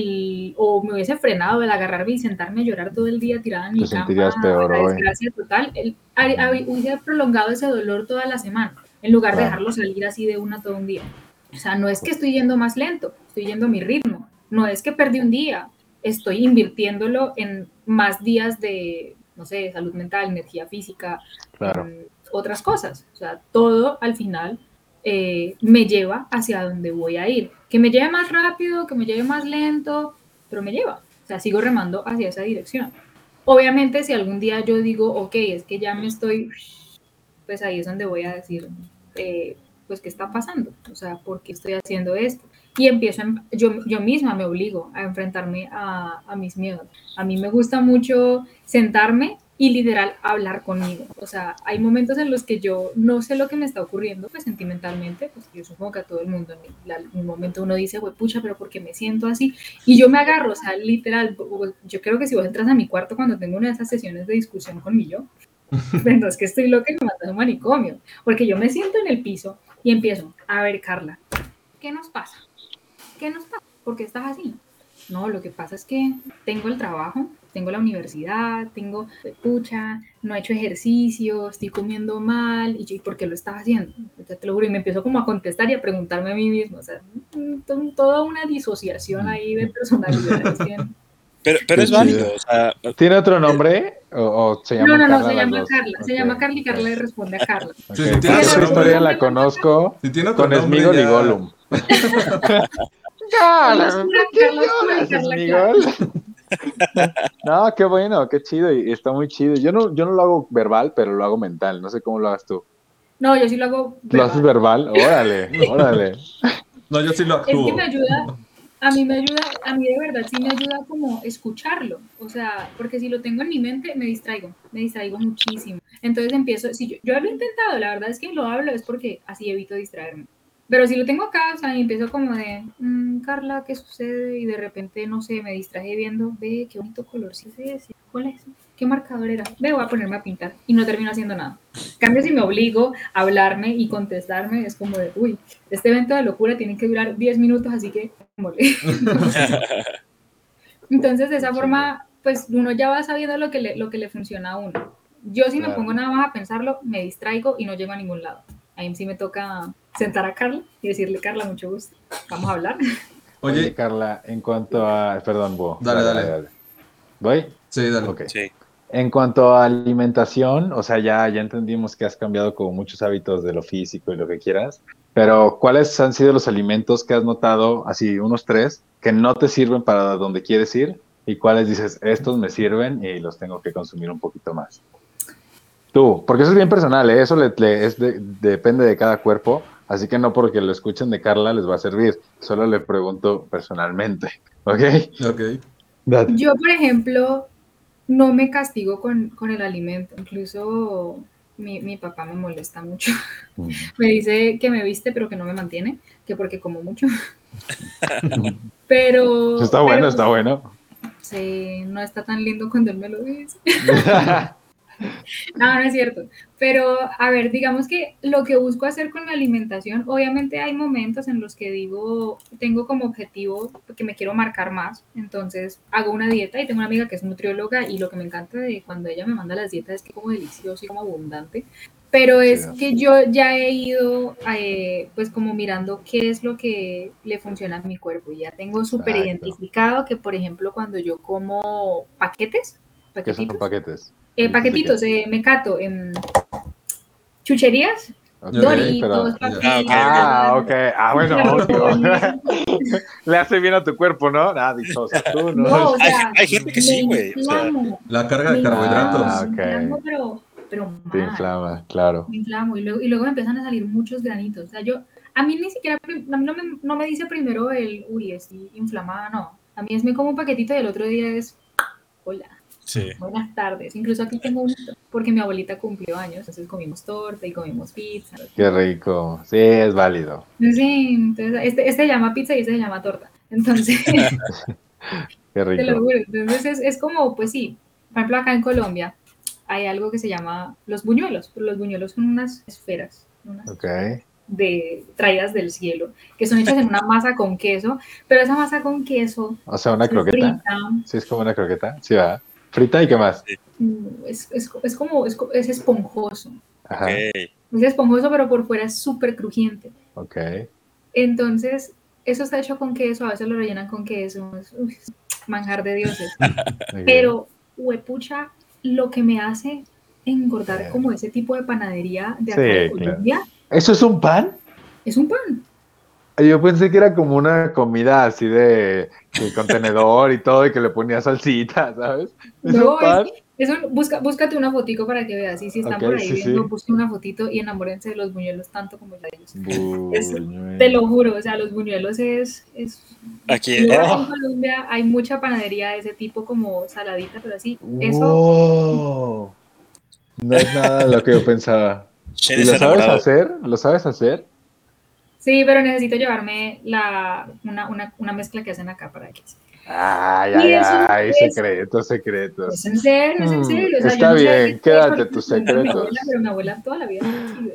o me hubiese frenado el agarrarme y sentarme a llorar todo el día tirada en mi cama, peor la desgracia total, hubiese prolongado ese dolor toda la semana, en lugar de dejarlo salir así de una todo un día. O sea, no es que estoy yendo más lento, estoy yendo a mi ritmo, no es que perdí un día, estoy invirtiéndolo en más días de, no sé, salud mental, energía física, otras cosas. O sea, todo al final me lleva hacia donde voy a ir. Que me lleve más rápido, que me lleve más lento, pero me lleva. O sea, sigo remando hacia esa dirección. Obviamente, si algún día yo digo, ok, es que ya me estoy, pues ahí es donde voy a decir, pues, ¿qué está pasando? O sea, ¿por qué estoy haciendo esto? Y empiezo, yo misma me obligo a enfrentarme a mis miedos. A mí me gusta mucho sentarme y literal hablar conmigo. O sea, hay momentos en los que yo no sé lo que me está ocurriendo, pues sentimentalmente, pues yo supongo que a todo el mundo en un momento uno dice, güey, pucha, pero ¿por qué me siento así? Y yo me agarro, o sea, literal, yo creo que si vos entras a mi cuarto cuando tengo una de esas sesiones de discusión con mi yo, no es que estoy loca y me mandas a un manicomio, porque yo me siento en el piso y empiezo, a ver, Carla, ¿qué nos pasa? ¿Qué nos pasa? ¿Por qué estás así? No, lo que pasa es que tengo el trabajo, tengo la universidad, tengo, pucha, no he hecho ejercicio, estoy comiendo mal, y ¿por qué lo estás haciendo? Te lo juro, y me empiezo como a contestar y a preguntarme a mí mismo, o sea, toda una disociación ahí de personalidades. Pero es válido, o sea... ¿Tiene otro nombre? ¿O se llama No, se llama Carla. Okay. Se llama Carla y Carla le responde a Carla. Okay. Esa historia la conozco con Smigol y Gollum. No, qué bueno, qué chido, y está muy chido. Yo no lo hago verbal, pero lo hago mental. No sé cómo lo hagas tú. No, yo sí lo hago verbal. ¿Lo haces verbal? Órale. No, yo sí lo actúo. Es que me ayuda, a mmí de verdad sí me ayuda como escucharlo. O sea, porque si lo tengo en mi mente, me distraigo muchísimo. Entonces empiezo, si yo lo he intentado, la verdad es que lo hablo, es porque así evito distraerme. Pero si lo tengo acá, o sea, y empiezo como de, Carla, ¿qué sucede? Y de repente, no sé, me distraje viendo, ve, qué bonito color, sí, ¿cuál es? ¿Qué marcador era? Ve, voy a ponerme a pintar. Y no termino haciendo nada. En cambio, si me obligo a hablarme y contestarme, es como de, uy, este evento de locura tiene que durar 10 minutos, así que, Entonces, de esa forma, pues, uno ya va sabiendo lo que le funciona a uno. Yo si me pongo nada más a pensarlo, me distraigo y no llego a ningún lado. Ahí sí me toca sentar a Carla y decirle, Carla, mucho gusto, vamos a hablar. Oye, Carla, en cuanto a... Perdón, Bo. Dale. ¿Voy? Sí, dale. Okay. Sí. En cuanto a alimentación, o sea, ya entendimos que has cambiado como muchos hábitos de lo físico y lo que quieras, pero ¿cuáles han sido los alimentos que has notado, así unos 3, que no te sirven para donde quieres ir? ¿Y cuáles dices, estos me sirven y los tengo que consumir un poquito más? Tú, porque eso es bien personal, ¿eh? Eso depende de cada cuerpo, así que no porque lo escuchen de Carla les va a servir, solo le pregunto personalmente, ¿ok? Date. Yo, por ejemplo, no me castigo con el alimento. Incluso mi papá me molesta mucho. Me dice que me viste, pero que no me mantiene, que porque como mucho. Pero, Está bueno, pero está bueno. sí, no está tan lindo cuando él me lo dice. No, no es cierto. Pero, a ver, digamos que lo que busco hacer con la alimentación, obviamente hay momentos en los que digo, tengo como objetivo que me quiero marcar más, entonces hago una dieta y tengo una amiga que es nutrióloga y lo que me encanta de cuando ella me manda las dietas es que como delicioso y como abundante, pero es que yo ya he ido pues como mirando qué es lo que le funciona a mi cuerpo y ya tengo súper Exacto. identificado que, por ejemplo, cuando yo como paquetes, ¿Qué son paquetes? paquetitos, mecato, chucherías, Ok, Doritos, pero... papitas. ok. Bueno, obvio. Le hace bien a tu cuerpo, ¿no? Nada, dichosa. Tú no. No, o sea, Hay gente que sí, güey. O sea, La carga de carbohidratos. ok. Me inflamo, pero Te mal. inflama, claro. Me inflamo y luego me empiezan a salir muchos granitos. O sea, a mí ni siquiera, a mí no me dice primero estoy inflamada, no. A mí es me como un paquetito y el otro día es, hola. sí. Buenas tardes. Incluso aquí tengo un porque mi abuelita cumplió años, entonces comimos torta y comimos pizza. Qué rico. Sí, es válido. Sí, entonces este se llama pizza y este se llama torta. Entonces, Qué te lo rico. juro. Entonces es como, pues sí, por ejemplo acá en Colombia hay algo que se llama los buñuelos, pero los buñuelos son unas esferas, Ok. traídas del cielo, que son hechas en una masa con queso, pero esa masa con queso O sea, una se croqueta. frita. Sí, es como una croqueta. Sí, va. Frita y qué más. Es como, es esponjoso. Ajá. Ok. Es esponjoso, pero por fuera es súper crujiente. Ok. Entonces, eso está hecho con queso, a veces lo rellenan con queso, es manjar de dioses. Ok. Pero, huepucha, lo que me hace engordar como ese tipo de panadería de acá de Sí, claro. Colombia ¿Eso es un pan? es un pan. Yo pensé que era como una comida así de contenedor y todo, y que le ponía salsita, ¿sabes? ¿Es un No, pan? búscate una fotico para que veas. Y si están Ok, por ahí sí, viendo, sí. busquen una fotito y enamórense de los buñuelos tanto como yo de ellos. Buñuelos. Te lo juro, o sea, los buñuelos es Aquí, luego en Colombia hay mucha panadería de ese tipo como saladita, pero así, eso Wow. No es nada de lo que yo pensaba. Shane ¿Y lo está sabes enamorado. hacer? ¿Lo sabes hacer? sí, pero necesito llevarme una mezcla que hacen acá para que Ay, y ay, eso ay, es secretos, secretos. es en serio, es en serio. O sea, yo Está no sé de bien, qué estoy hecho, quédate tus mi abuela, secretos. pero mi abuela toda la vida sí,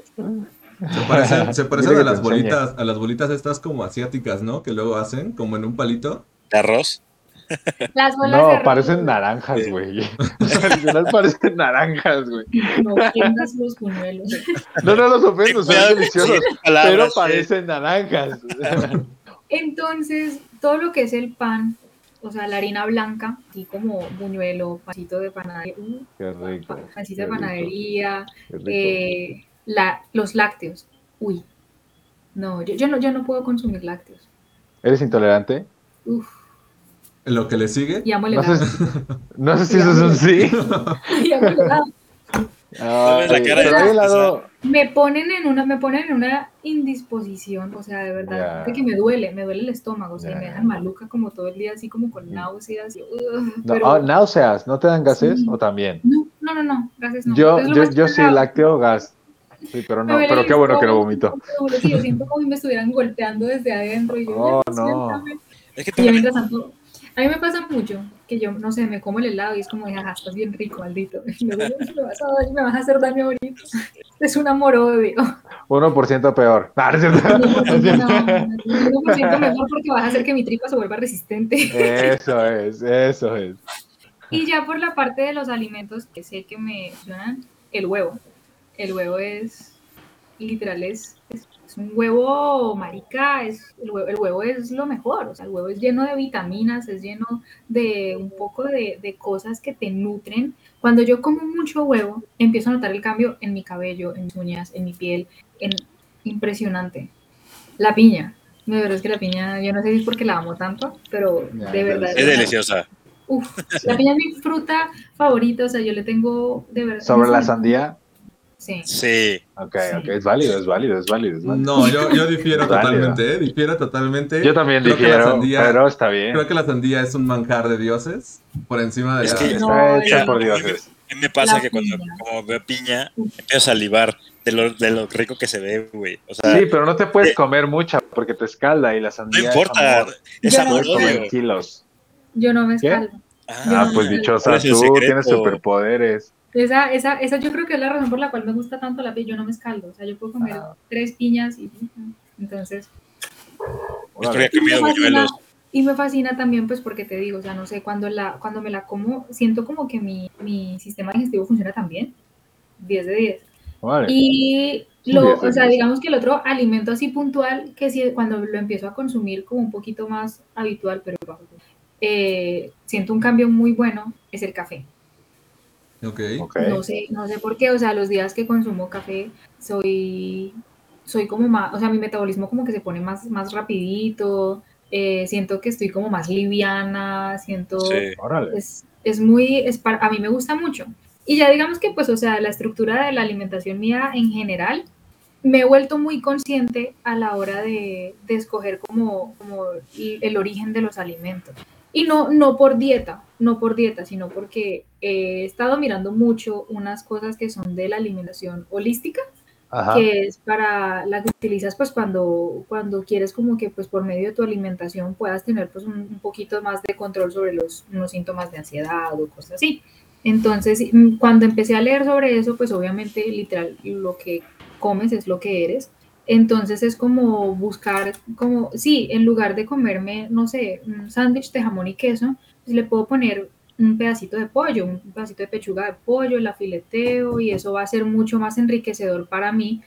Se parecen Dile a que te enseñe. a las bolitas estas como asiáticas, ¿no? Que luego hacen, como en un palito. ¿De arroz? las bolas de No, arroz. parecen naranjas, güey. O sea, literal parecen naranjas, güey. No ofendas los buñuelos. No los ofendo, son Cuidado, deliciosos, sí, palabras, pero sí. parecen naranjas. Entonces, todo lo que es el pan, o sea, la harina blanca, así como buñuelo, pancito de panadería, Qué rico. pancito qué de rico, panadería, qué rico. los lácteos. Uy, no, yo no puedo consumir lácteos. ¿Eres intolerante? Uf, Lo que le sigue. y amo el No helado. sé, no sé si eso es un sí. Y amo el helado. No ves la cara Pero de hay tristeza. helado. Me ponen en una indisposición, o sea, de verdad, Ya. de que me duele el estómago, o sea, y Ya. me dejan maluca como todo el día, así como con náuseas. No, Pero náuseas, ¿no te dan gases sí. o también? No, gracias, no. Yo, Es lo yo, más yo sí pesado. lácteo gas. Sí, pero Me no, duele pero el qué bueno que no estómago, vomito. sí, yo siento como si me estuvieran golpeando desde adentro y yo, Oh, ya, no. suéltame. Es que Y yo también, mientras tanto, a mí me pasa mucho que yo, no sé, me como el helado y es como, jaja, estás bien rico, maldito. Y luego me vas a hacer daño ahorita. Es un amor-odio. 1% peor. No, no es cierto. No es cierto. No, 1% mejor porque vas a hacer que mi tripa se vuelva resistente. Eso es, eso es. Y ya por la parte de los alimentos que sé que me funcionan, el huevo. El huevo es, literal, es un huevo, marica, el huevo es lo mejor. O sea, el huevo es lleno de vitaminas, es lleno de un poco de cosas que te nutren. Cuando yo como mucho huevo, empiezo a notar el cambio en mi cabello, en mis uñas, en mi piel, impresionante. La piña. De verdad es que la piña, yo no sé si es porque la amo tanto, pero Ya, de verdad. es deliciosa. Uf, la piña es mi fruta favorita, o sea, yo le tengo de verdad. Sobre la sandía. Sí. Sí. Ok, es válido. No, yo difiero Es válido. totalmente, difiero totalmente. Yo también Creo que la difiero, sandía- pero está bien. Creo que la sandía es un manjar de dioses por encima de Es la... que- No, Está hecha no. por A mí dioses. me pasa La que cuando piña. como veo piña, empiezo a salivar de lo rico que se ve, güey. O sea, Sí, pero no te puedes eh, comer mucha porque te escalda y la no sandía importa, es amor. es Yo no amor Puedes comer odio. kilos. Yo no me ¿Qué? escaldo. Yo Ah, no pues me dichosa ¿Cuál es el tú, secreto? tienes superpoderes. Esa yo creo que es la razón por la cual me gusta tanto la piña. Yo no me escaldo. O sea, yo puedo comer 3 piñas y entonces. Es porque he Y me comido fascina, buñuelos. y me fascina también, pues, porque te digo, o sea, no sé, cuando me la como, siento como que mi sistema digestivo funciona tan bien. 10 de 10. Vale. Y Sí, 10 de o sea, 10. digamos que el otro alimento así puntual, que si cuando lo empiezo a consumir como un poquito más habitual, pero siento un cambio muy bueno, es el café. Ok. Ok. No sé por qué, o sea, los días que consumo café soy como más, o sea, mi metabolismo como que se pone más rapidito, siento que estoy como más liviana, siento, Sí. Órale. a mí me gusta mucho. Y ya digamos que pues, o sea, la estructura de la alimentación mía en general, me he vuelto muy consciente a la hora de escoger como el origen de los alimentos. Y no por dieta, sino porque he estado mirando mucho unas cosas que son de la alimentación holística, Ajá. que es para la que utilizas pues cuando quieres como que pues por medio de tu alimentación puedas tener pues un poquito más de control sobre unos síntomas de ansiedad o cosas así. Entonces, cuando empecé a leer sobre eso, pues obviamente literal lo que comes es lo que eres. Entonces es como buscar, como, sí, en lugar de comerme, no sé, un sándwich de jamón y queso, pues le puedo poner un pedacito de pollo, un pedacito de pechuga de pollo, la fileteo y eso va a ser mucho más enriquecedor para mí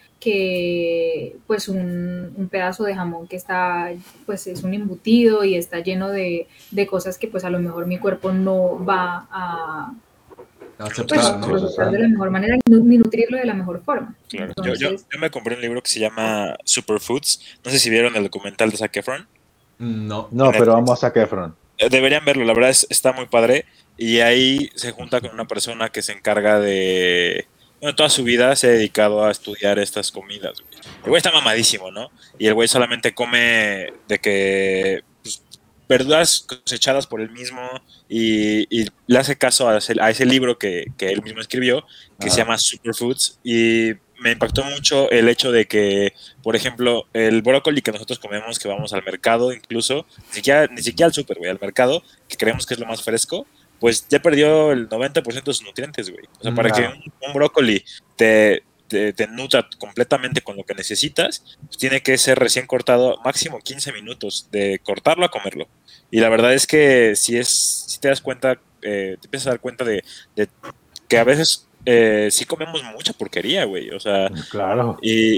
que pues un pedazo de jamón que está, pues es un embutido y está lleno de cosas que pues a lo mejor mi cuerpo no va a Aceptar, ¿no? procesar de la mejor manera ni nutrirlo de la mejor forma. Claro. Entonces, Yo me compré un libro que se llama Superfoods. No sé si vieron el documental de Zac Efron. No. No, pero vamos a Zac Efron. Deberían verlo, la verdad está muy padre. Y ahí se junta con una persona que se encarga de... Bueno, toda su vida se ha dedicado a estudiar estas comidas, güey. El güey está mamadísimo, ¿no? Y el güey solamente come de que... pues, verduras cosechadas por él mismo y le hace caso a ese libro que él mismo escribió, que se llama Superfoods. Y me impactó mucho el hecho de que, por ejemplo, el brócoli que nosotros comemos, que vamos al mercado incluso, ni siquiera al súper, güey, al mercado, que creemos que es lo más fresco, pues ya perdió el 90% de sus nutrientes, güey. O sea, para que un brócoli te nutra completamente con lo que necesitas, pues tiene que ser recién cortado, máximo 15 minutos de cortarlo a comerlo. Y la verdad es que si te das cuenta, te empiezas a dar cuenta de que a veces sí comemos mucha porquería, güey. O sea, claro.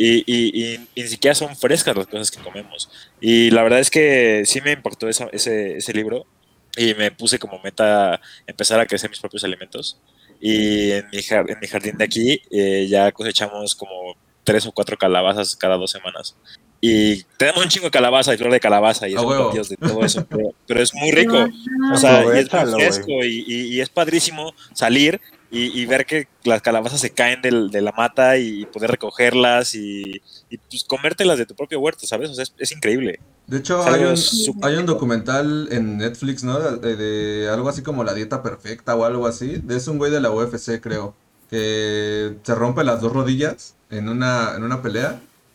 Y ni siquiera son frescas las cosas que comemos. Y la verdad es que sí me impactó ese libro y me puse como meta empezar a crecer mis propios alimentos. Y en mi jardín de aquí ya cosechamos como 3 o 4 calabazas cada 2 semanas. Y tenemos un chingo de calabaza y flor de calabaza y es un dios de todo eso, pero es muy rico. O sea, y es muy fresco y es padrísimo salir y ver que las calabazas se caen de la mata y poder recogerlas y pues comértelas de tu propio huerto, ¿sabes? O sea, es increíble. De hecho, hay un documental en Netflix, ¿no? De algo así como La Dieta Perfecta o algo así. Es un güey de la UFC, creo, que se rompe las 2 rodillas en una pelea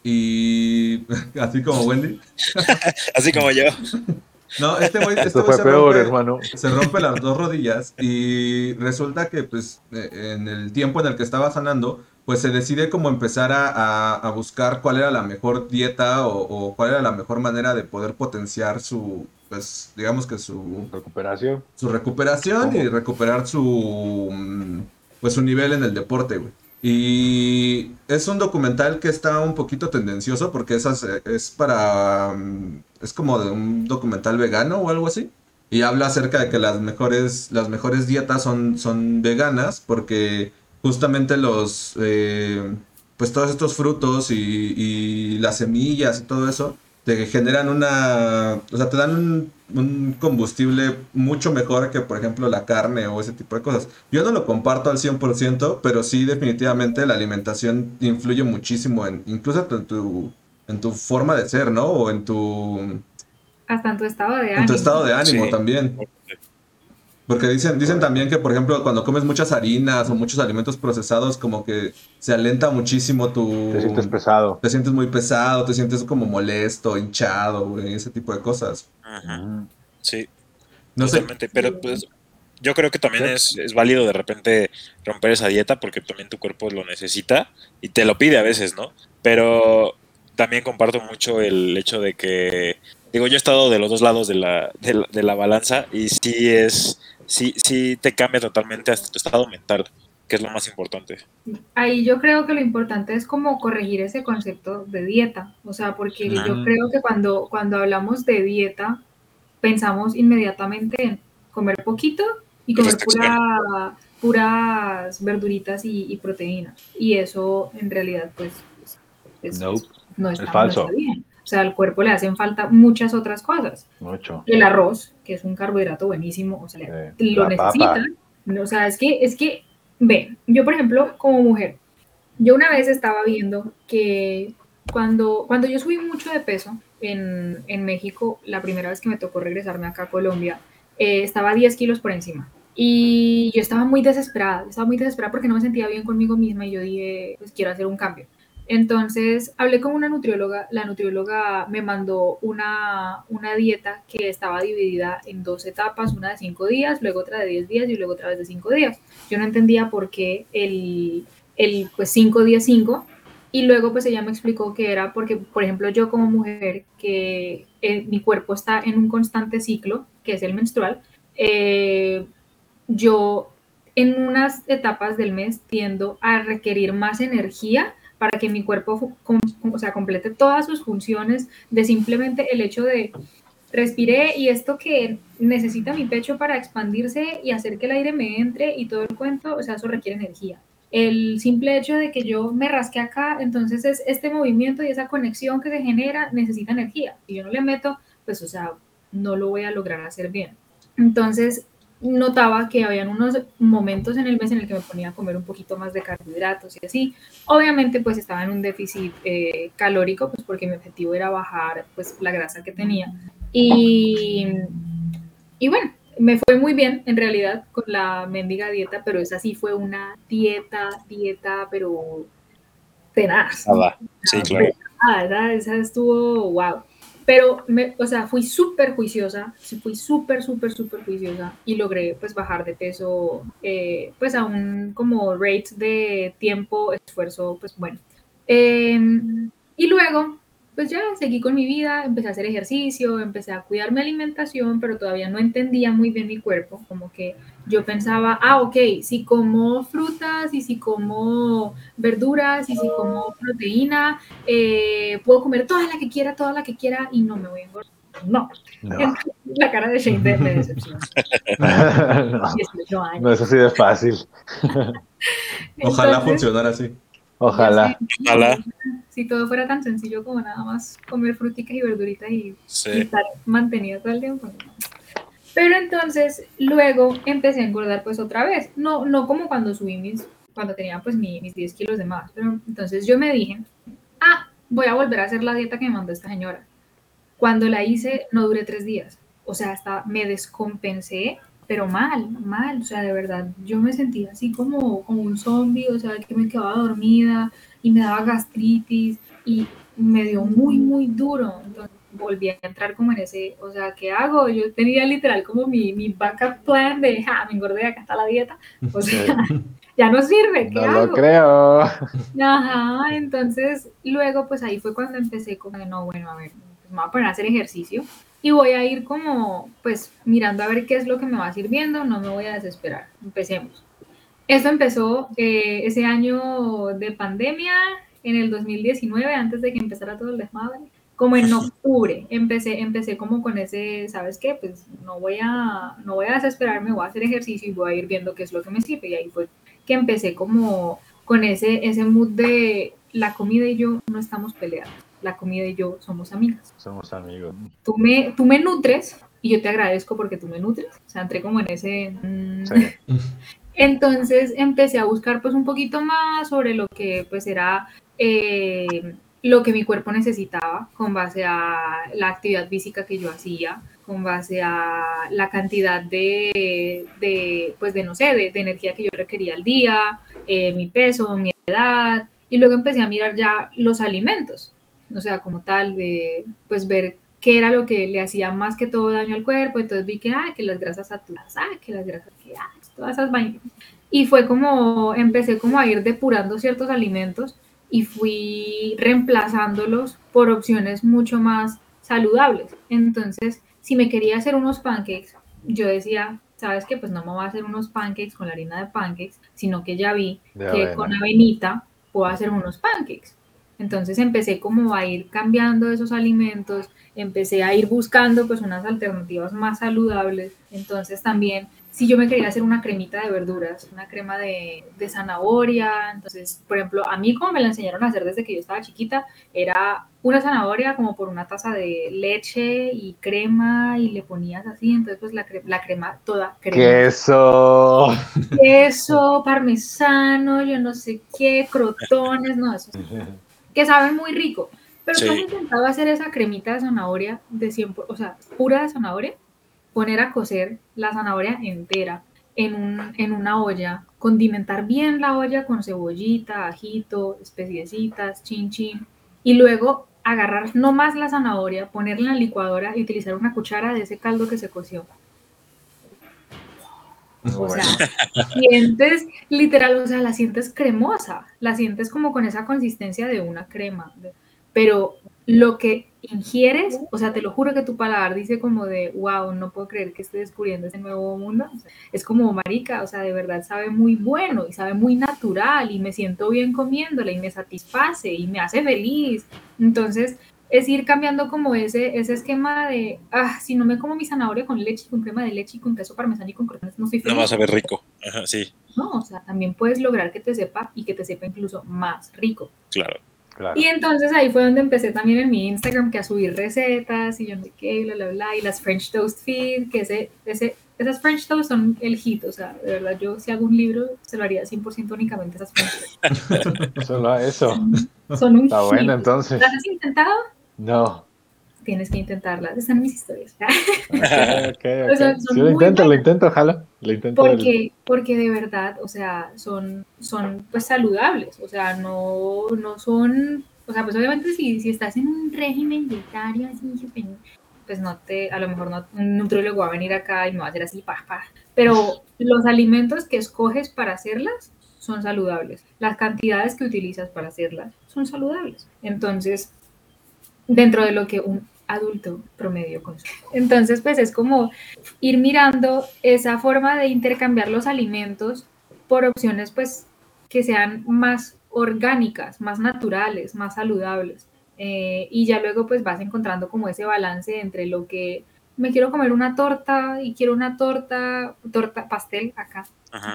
y así como Wendy. Así como yo. No, este güey se rompe las 2 rodillas y resulta que pues en el tiempo en el que estaba sanando, pues se decide como empezar a buscar cuál era la mejor dieta o cuál era la mejor manera de poder potenciar pues digamos que su recuperación. Su recuperación y recuperar su nivel en el deporte, güey. Y es un documental que está un poquito tendencioso porque es como de un documental vegano o algo así. Y habla acerca de que las mejores dietas son veganas porque justamente pues todos estos frutos y las semillas y todo eso te generan o sea, te dan un combustible mucho mejor que, por ejemplo, la carne o ese tipo de cosas. Yo no lo comparto al 100%, pero sí definitivamente la alimentación influye muchísimo incluso en tu forma de ser, ¿no? O Hasta en tu estado de ánimo. en tu estado de ánimo Sí. también. Porque dicen también que, por ejemplo, cuando comes muchas harinas o muchos alimentos procesados, como que se alenta muchísimo Te sientes pesado. Te sientes muy pesado, te sientes como molesto, hinchado, güey, ese tipo de cosas. Ajá. Mm. Sí, No sé, totalmente. Pero pues yo creo que también es válido de repente romper esa dieta porque también tu cuerpo lo necesita y te lo pide a veces, ¿no? Pero también comparto mucho el hecho de que, digo, yo he estado de los dos lados de la balanza y sí te cambia totalmente hasta tu estado mental, que es lo más importante. Ahí yo creo que lo importante es como corregir ese concepto de dieta, o sea, porque yo creo que cuando hablamos de dieta, pensamos inmediatamente en comer poquito y comer puras verduritas y proteínas, y eso en realidad pues no está falso. bien. O sea, al cuerpo le hacen falta muchas otras cosas. Mucho. El arroz, que es un carbohidrato buenísimo, o sea, lo La necesita. papa. O sea, es que, ve, yo por ejemplo, como mujer, yo una vez estaba viendo que cuando yo subí mucho de peso en México, la primera vez que me tocó regresarme acá a Colombia, estaba 10 kilos por encima. Y yo estaba muy desesperada porque no me sentía bien conmigo misma y yo dije, pues quiero hacer un cambio. Entonces hablé con una nutrióloga, la nutrióloga me mandó una dieta que estaba dividida en 2 etapas, una de 5 días, luego otra de 10 días y luego otra vez de 5 días. Yo no entendía por qué el pues 5 días 5, y luego pues ella me explicó que era porque, por ejemplo, yo como mujer, que mi cuerpo está en un constante ciclo, que es el menstrual, yo en unas etapas del mes tiendo a requerir más energía para que mi cuerpo complete todas sus funciones, de simplemente el hecho de respiré y esto que necesita mi pecho para expandirse y hacer que el aire me entre y todo el cuento, o sea, eso requiere energía. El simple hecho de que yo me rasque acá, entonces es este movimiento y esa conexión que se genera necesita energía. Si yo no le meto, pues, o sea, no lo voy a lograr hacer bien. Entonces, notaba que habían unos momentos en el mes en el que me ponía a comer un poquito más de carbohidratos y así. Obviamente, pues estaba en un déficit calórico, pues porque mi objetivo era bajar pues la grasa que tenía. Y bueno, me fue muy bien en realidad con la mendiga dieta, pero esa sí fue una dieta, pero tenaz. Sí, claro. Esa estuvo wow. Pero, o sea, fui súper juiciosa, fui súper juiciosa y logré pues bajar de peso pues a un como rate de tiempo, esfuerzo, pues bueno. Y luego, pues ya seguí con mi vida, empecé a hacer ejercicio, empecé a cuidar mi alimentación, pero todavía no entendía muy bien mi cuerpo, como que yo pensaba, ok, si como frutas y si como verduras y si como proteína, puedo comer toda la que quiera y no me voy a engordar. No. La cara de Shane me decepcionó. No es así de fácil. Ojalá funcionara así. Ojalá. Si todo fuera tan sencillo como nada más comer fruticas y verduritas y estar mantenida todo el tiempo. Pero entonces luego empecé a engordar pues otra vez. No como cuando cuando tenía pues mis 10 kilos de más. Pero entonces yo me dije, voy a volver a hacer la dieta que me mandó esta señora. Cuando la hice no duré 3 días. O sea, hasta me descompensé, pero mal. O sea, de verdad, yo me sentía así como un zombie, o sea, que me quedaba dormida y me daba gastritis y me dio muy duro. Entonces volví a entrar como en ese, o sea, ¿qué hago? Yo tenía literal como mi backup plan de, me engordé, acá está la dieta. O sea, ya no sirve, ¿qué hago? No lo creo. Ajá, entonces luego pues ahí fue cuando empecé como de, no, bueno, a ver, pues me voy a poner a hacer ejercicio y voy a ir como pues mirando a ver qué es lo que me va sirviendo, no me voy a desesperar, empecemos. Esto empezó ese año de pandemia, en el 2019, antes de que empezara todo el desmadre, como en octubre, empecé como con ese, ¿sabes qué? Pues no voy a desesperarme, voy a hacer ejercicio y voy a ir viendo qué es lo que me sirve, y ahí fue que empecé como con ese mood de la comida y yo no estamos peleados. la comida y yo somos amigas. Somos amigos. Tú me nutres y yo te agradezco porque tú me nutres. O sea, entré como en ese... Sí. Entonces empecé a buscar pues un poquito más sobre lo que pues era lo que mi cuerpo necesitaba con base a la actividad física que yo hacía, con base a la cantidad de no sé, de energía que yo requería al día, mi peso, mi edad, y luego empecé a mirar ya los alimentos, o sea, como tal, de pues ver qué era lo que le hacía más que todo daño al cuerpo. Entonces vi que las grasas saturadas, que las grasas, todas esas vainas. Y fue como, empecé como a ir depurando ciertos alimentos y fui reemplazándolos por opciones mucho más saludables. Entonces, si me quería hacer unos pancakes, yo decía, ¿sabes qué? Pues no me voy a hacer unos pancakes con la harina de pancakes, sino que ya vi que con avenita puedo hacer unos pancakes. Entonces empecé como a ir cambiando esos alimentos, empecé a ir buscando pues unas alternativas más saludables. Entonces también, si yo me quería hacer una cremita de verduras, una crema de zanahoria, entonces, por ejemplo, a mí como me la enseñaron a hacer desde que yo estaba chiquita, era una zanahoria como por una taza de leche y crema y le ponías así, entonces pues la crema toda crema. Queso, parmesano, yo no sé qué, crotones, no, eso que saben muy rico. Pero sí. ¿Cómo intentaba hacer esa cremita de zanahoria de 100%, o sea, pura de zanahoria? Poner a cocer la zanahoria entera en una olla, condimentar bien la olla con cebollita, ajito, especiecitas, chin chin, y luego agarrar nomás la zanahoria, ponerla en la licuadora y utilizar una cuchara de ese caldo que se coció. O sea, sientes literal, o sea, la sientes cremosa, la sientes como con esa consistencia de una crema, pero lo que ingieres, o sea, te lo juro que tu paladar dice como de, wow, no puedo creer que esté descubriendo este nuevo mundo. O sea, es como marica, o sea, de verdad sabe muy bueno y sabe muy natural y me siento bien comiéndola y me satisface y me hace feliz. Entonces, es ir cambiando como ese esquema de, si no me como mi zanahoria con leche, con crema de leche y con queso parmesano y con crotones, no soy feliz. No vas a ver rico. Ajá, sí. No, o sea, también puedes lograr que te sepa y que te sepa incluso más rico. Claro. Y entonces ahí fue donde empecé también en mi Instagram que a subir recetas y yo no sé qué, bla, bla, bla, y las French Toast Feed, que esas French Toast son el hit, o sea, de verdad, yo si hago un libro se lo haría 100% únicamente esas French Toast. Solo eso. Son un Está hit. bueno, entonces. ¿Las has intentado? No. Tienes que intentarlas, están en mis historias. Okay. O sea, sí, lo intento, jalo. Lo intento. Porque de verdad, o sea, son pues saludables, o sea, no son, o sea, pues obviamente si estás en un régimen dietario así, pues a lo mejor no, un nutriólogo va a venir acá y me va a hacer así, pero los alimentos que escoges para hacerlas son saludables, las cantidades que utilizas para hacerlas son saludables, entonces, dentro de lo que un adulto promedio consume. Entonces, pues es como ir mirando esa forma de intercambiar los alimentos por opciones, pues, que sean más orgánicas, más naturales, más saludables. Y ya luego, pues, vas encontrando como ese balance entre lo que me quiero comer una torta y quiero una pastel acá.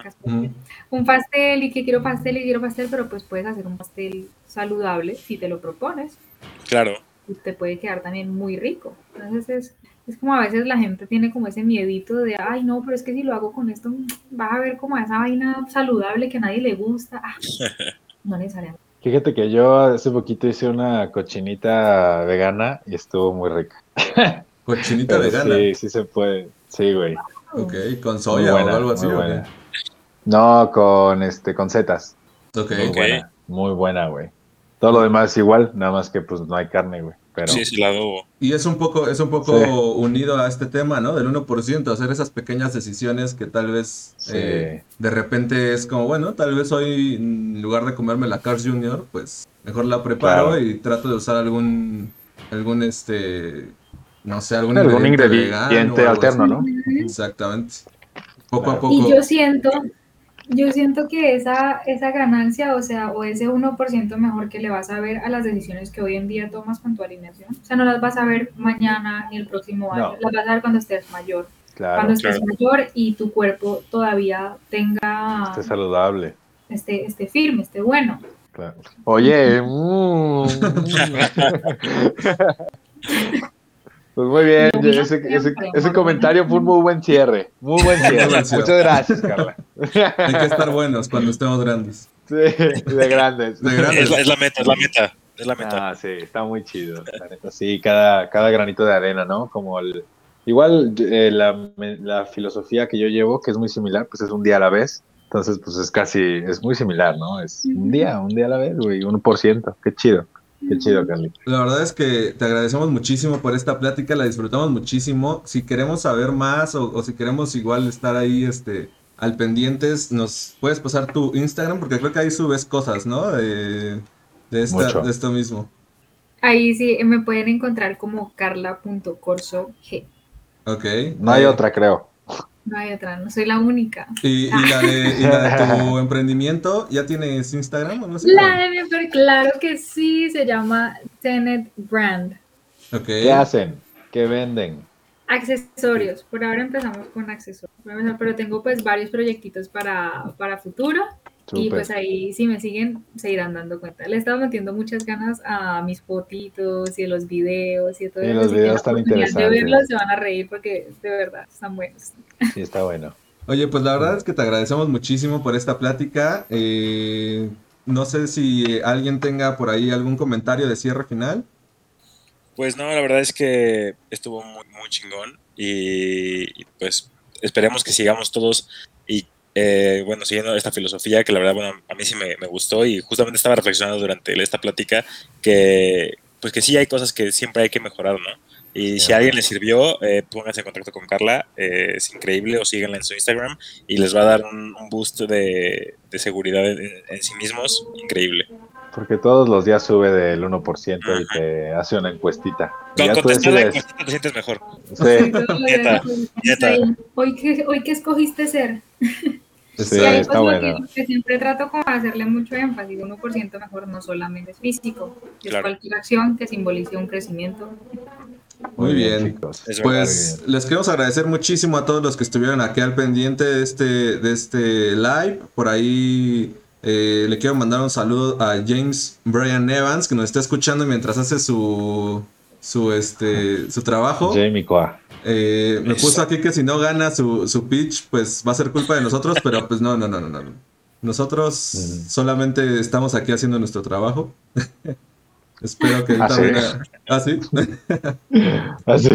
Un pastel y que quiero pastel, pero pues puedes hacer un pastel saludable si te lo propones. Claro. Y te puede quedar también muy rico. Entonces es como a veces la gente tiene como ese miedito de, ay no, pero es que si lo hago con esto vas a ver como esa vaina saludable que a nadie le gusta. No necesariamente. Fíjate que yo hace poquito hice una cochinita vegana y estuvo muy rica. ¿Cochinita vegana? Sí se puede. Sí, güey. Ok, ¿con soya o algo así? Buena. No, con setas. Ok. Muy buena, güey. Todo lo demás igual, nada más que pues no hay carne, güey. Pero... Sí, la adobo. Y es un poco unido a este tema, ¿no? Del 1%, hacer esas pequeñas decisiones que tal vez de repente es como, bueno, tal vez hoy en lugar de comerme la Carl's Jr., pues mejor la preparo y trato de usar algún no sé, algún ingrediente vegano, alterno, ¿no? Exactamente. Poco a poco. Y yo siento que esa ganancia, o sea, o ese 1% mejor que le vas a ver a las decisiones que hoy en día tomas con tu alimentación. O sea, no las vas a ver mañana ni el próximo año, las vas a ver cuando estés mayor. Cuando estés mayor y tu cuerpo todavía esté saludable. Esté firme, esté bueno. Claro. Oye, pues muy bien, ese comentario fue un muy buen cierre. Muy buen cierre. Muchas gracias, Carla. Hay que estar buenos cuando estemos grandes. Sí, de grandes. De grandes. Es la meta. Ah, sí, está muy chido. La neta, sí, cada granito de arena, ¿no? Igual la filosofía que yo llevo, que es muy similar, pues es un día a la vez. Entonces, pues es muy similar, ¿no? Es un día a la vez, güey, 1%. Qué chido, Carly. La verdad es que te agradecemos muchísimo por esta plática, la disfrutamos muchísimo. Si queremos saber más o si queremos igual estar ahí al pendientes, nos puedes pasar tu Instagram porque creo que ahí subes cosas, ¿no? De esto mismo. Ahí sí me pueden encontrar como carla.corsog. Ok. No hay otra, creo. No hay otra, no soy la única. ¿Y la de tu emprendimiento? ¿Ya tienes Instagram o no sé? Pero claro que sí, se llama Tenet Brand. Okay. ¿Qué hacen? ¿Qué venden? Accesorios. Por ahora empezamos con accesorios. Pero tengo pues varios proyectitos para futuro. Super. Y pues ahí si me siguen se irán dando cuenta. Le he estado metiendo muchas ganas a mis fotitos y a los videos y a todo eso. Y los videos están interesantes. De verlos se van a reír porque de verdad están buenos. Sí, está bueno. Oye, pues la verdad es que te agradecemos muchísimo por esta plática. No sé si alguien tenga por ahí algún comentario de cierre final. Pues no, la verdad es que estuvo muy, muy chingón y pues esperemos que sigamos todos y bueno, siguiendo esta filosofía que la verdad, bueno, a mí sí me gustó y justamente estaba reflexionando durante esta plática que pues que sí hay cosas que siempre hay que mejorar, ¿no? Y si a alguien le sirvió, pónganse en contacto con Carla, es increíble, o síganla en su Instagram y les va a dar un boost de seguridad en sí mismos, increíble. Porque todos los días sube del 1% y te hace una encuestita. Con contestar la encuestita te sientes mejor. Sí. Neta. ¿Hoy qué escogiste ser? Sí, está bueno. Que siempre trato como de hacerle mucho énfasis, 1% mejor no solamente es físico, es cualquier acción que simbolice un crecimiento. Muy bien, chicos. Pues les queremos agradecer muchísimo a todos los que estuvieron aquí al pendiente de este live. Por ahí le quiero mandar un saludo a James Brian Evans, que nos está escuchando mientras hace su trabajo. Jamie Coa. Me puso aquí que si no gana su pitch, pues va a ser culpa de nosotros, pero pues no. Nosotros solamente estamos aquí haciendo nuestro trabajo. Espero que ahorita venga. ¿Ah, sí? ¿Ah, sí?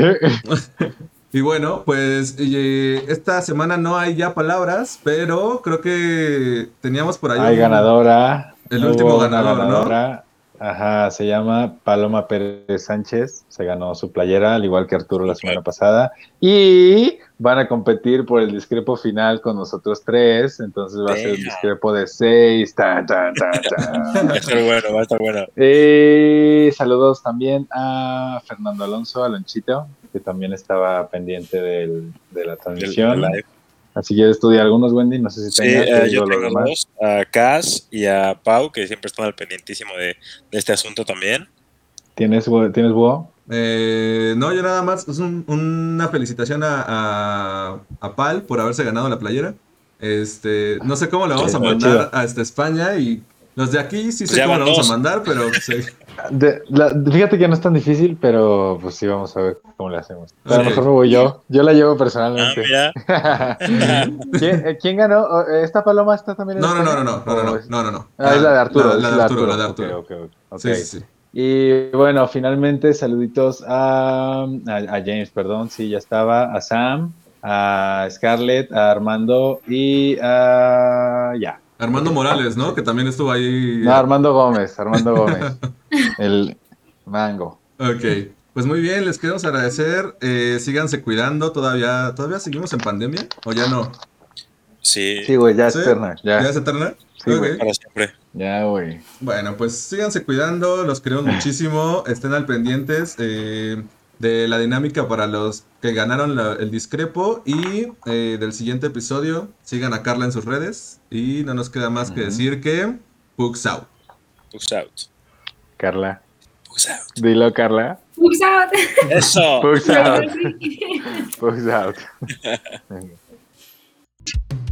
Y bueno, pues esta semana no hay ya palabras, pero creo que teníamos por ahí. Hay ganadora. El último ganador, ¿no? Ajá, se llama Paloma Pérez Sánchez, se ganó su playera, al igual que Arturo la semana pasada, y van a competir por el discrepo final con nosotros tres, entonces va a ser el discrepo de 6. Va a estar bueno. Saludos también a Fernando Alonso, Alonchito, que también estaba pendiente de la transmisión. Así que estudié algunos, Wendy, no sé si tengas. Yo tengo dos, a Cas y a Pau, que siempre están al pendientísimo de este asunto también. ¿Tienes búho? No, yo nada más, es una felicitación a Pal por haberse ganado la playera. No sé cómo le vamos a mandar a España y los de aquí sí sé cómo le vamos a mandar, pero sí. Fíjate que no es tan difícil, pero pues sí, vamos a ver cómo le hacemos. A lo mejor me voy yo la llevo personalmente. ¿Quién ganó? ¿Esta paloma está también en No. es la de Arturo. La de Arturo. Okay. Sí. Y bueno, finalmente saluditos a James, perdón, sí, ya estaba, a Sam, a Scarlett, a Armando y a Armando Morales, ¿no? Que también estuvo ahí. No, Armando Gómez. El mango. Ok, pues muy bien, les queremos agradecer. Síganse cuidando, ¿todavía seguimos en pandemia? ¿O ya no? Sí. Sí, güey, ya es eterna. ¿Ya es eterna? Sí, okay. Para siempre. Ya, güey. Bueno, pues síganse cuidando, los queremos muchísimo. Estén al pendientes de la dinámica para los que ganaron el discrepo y del siguiente episodio. Sigan a Carla en sus redes y no nos queda más que decir que Pugs out. Pugs out. Carla. Pugs out. Dilo, Carla. Pugs out. Eso. Pugs out. Pugs out.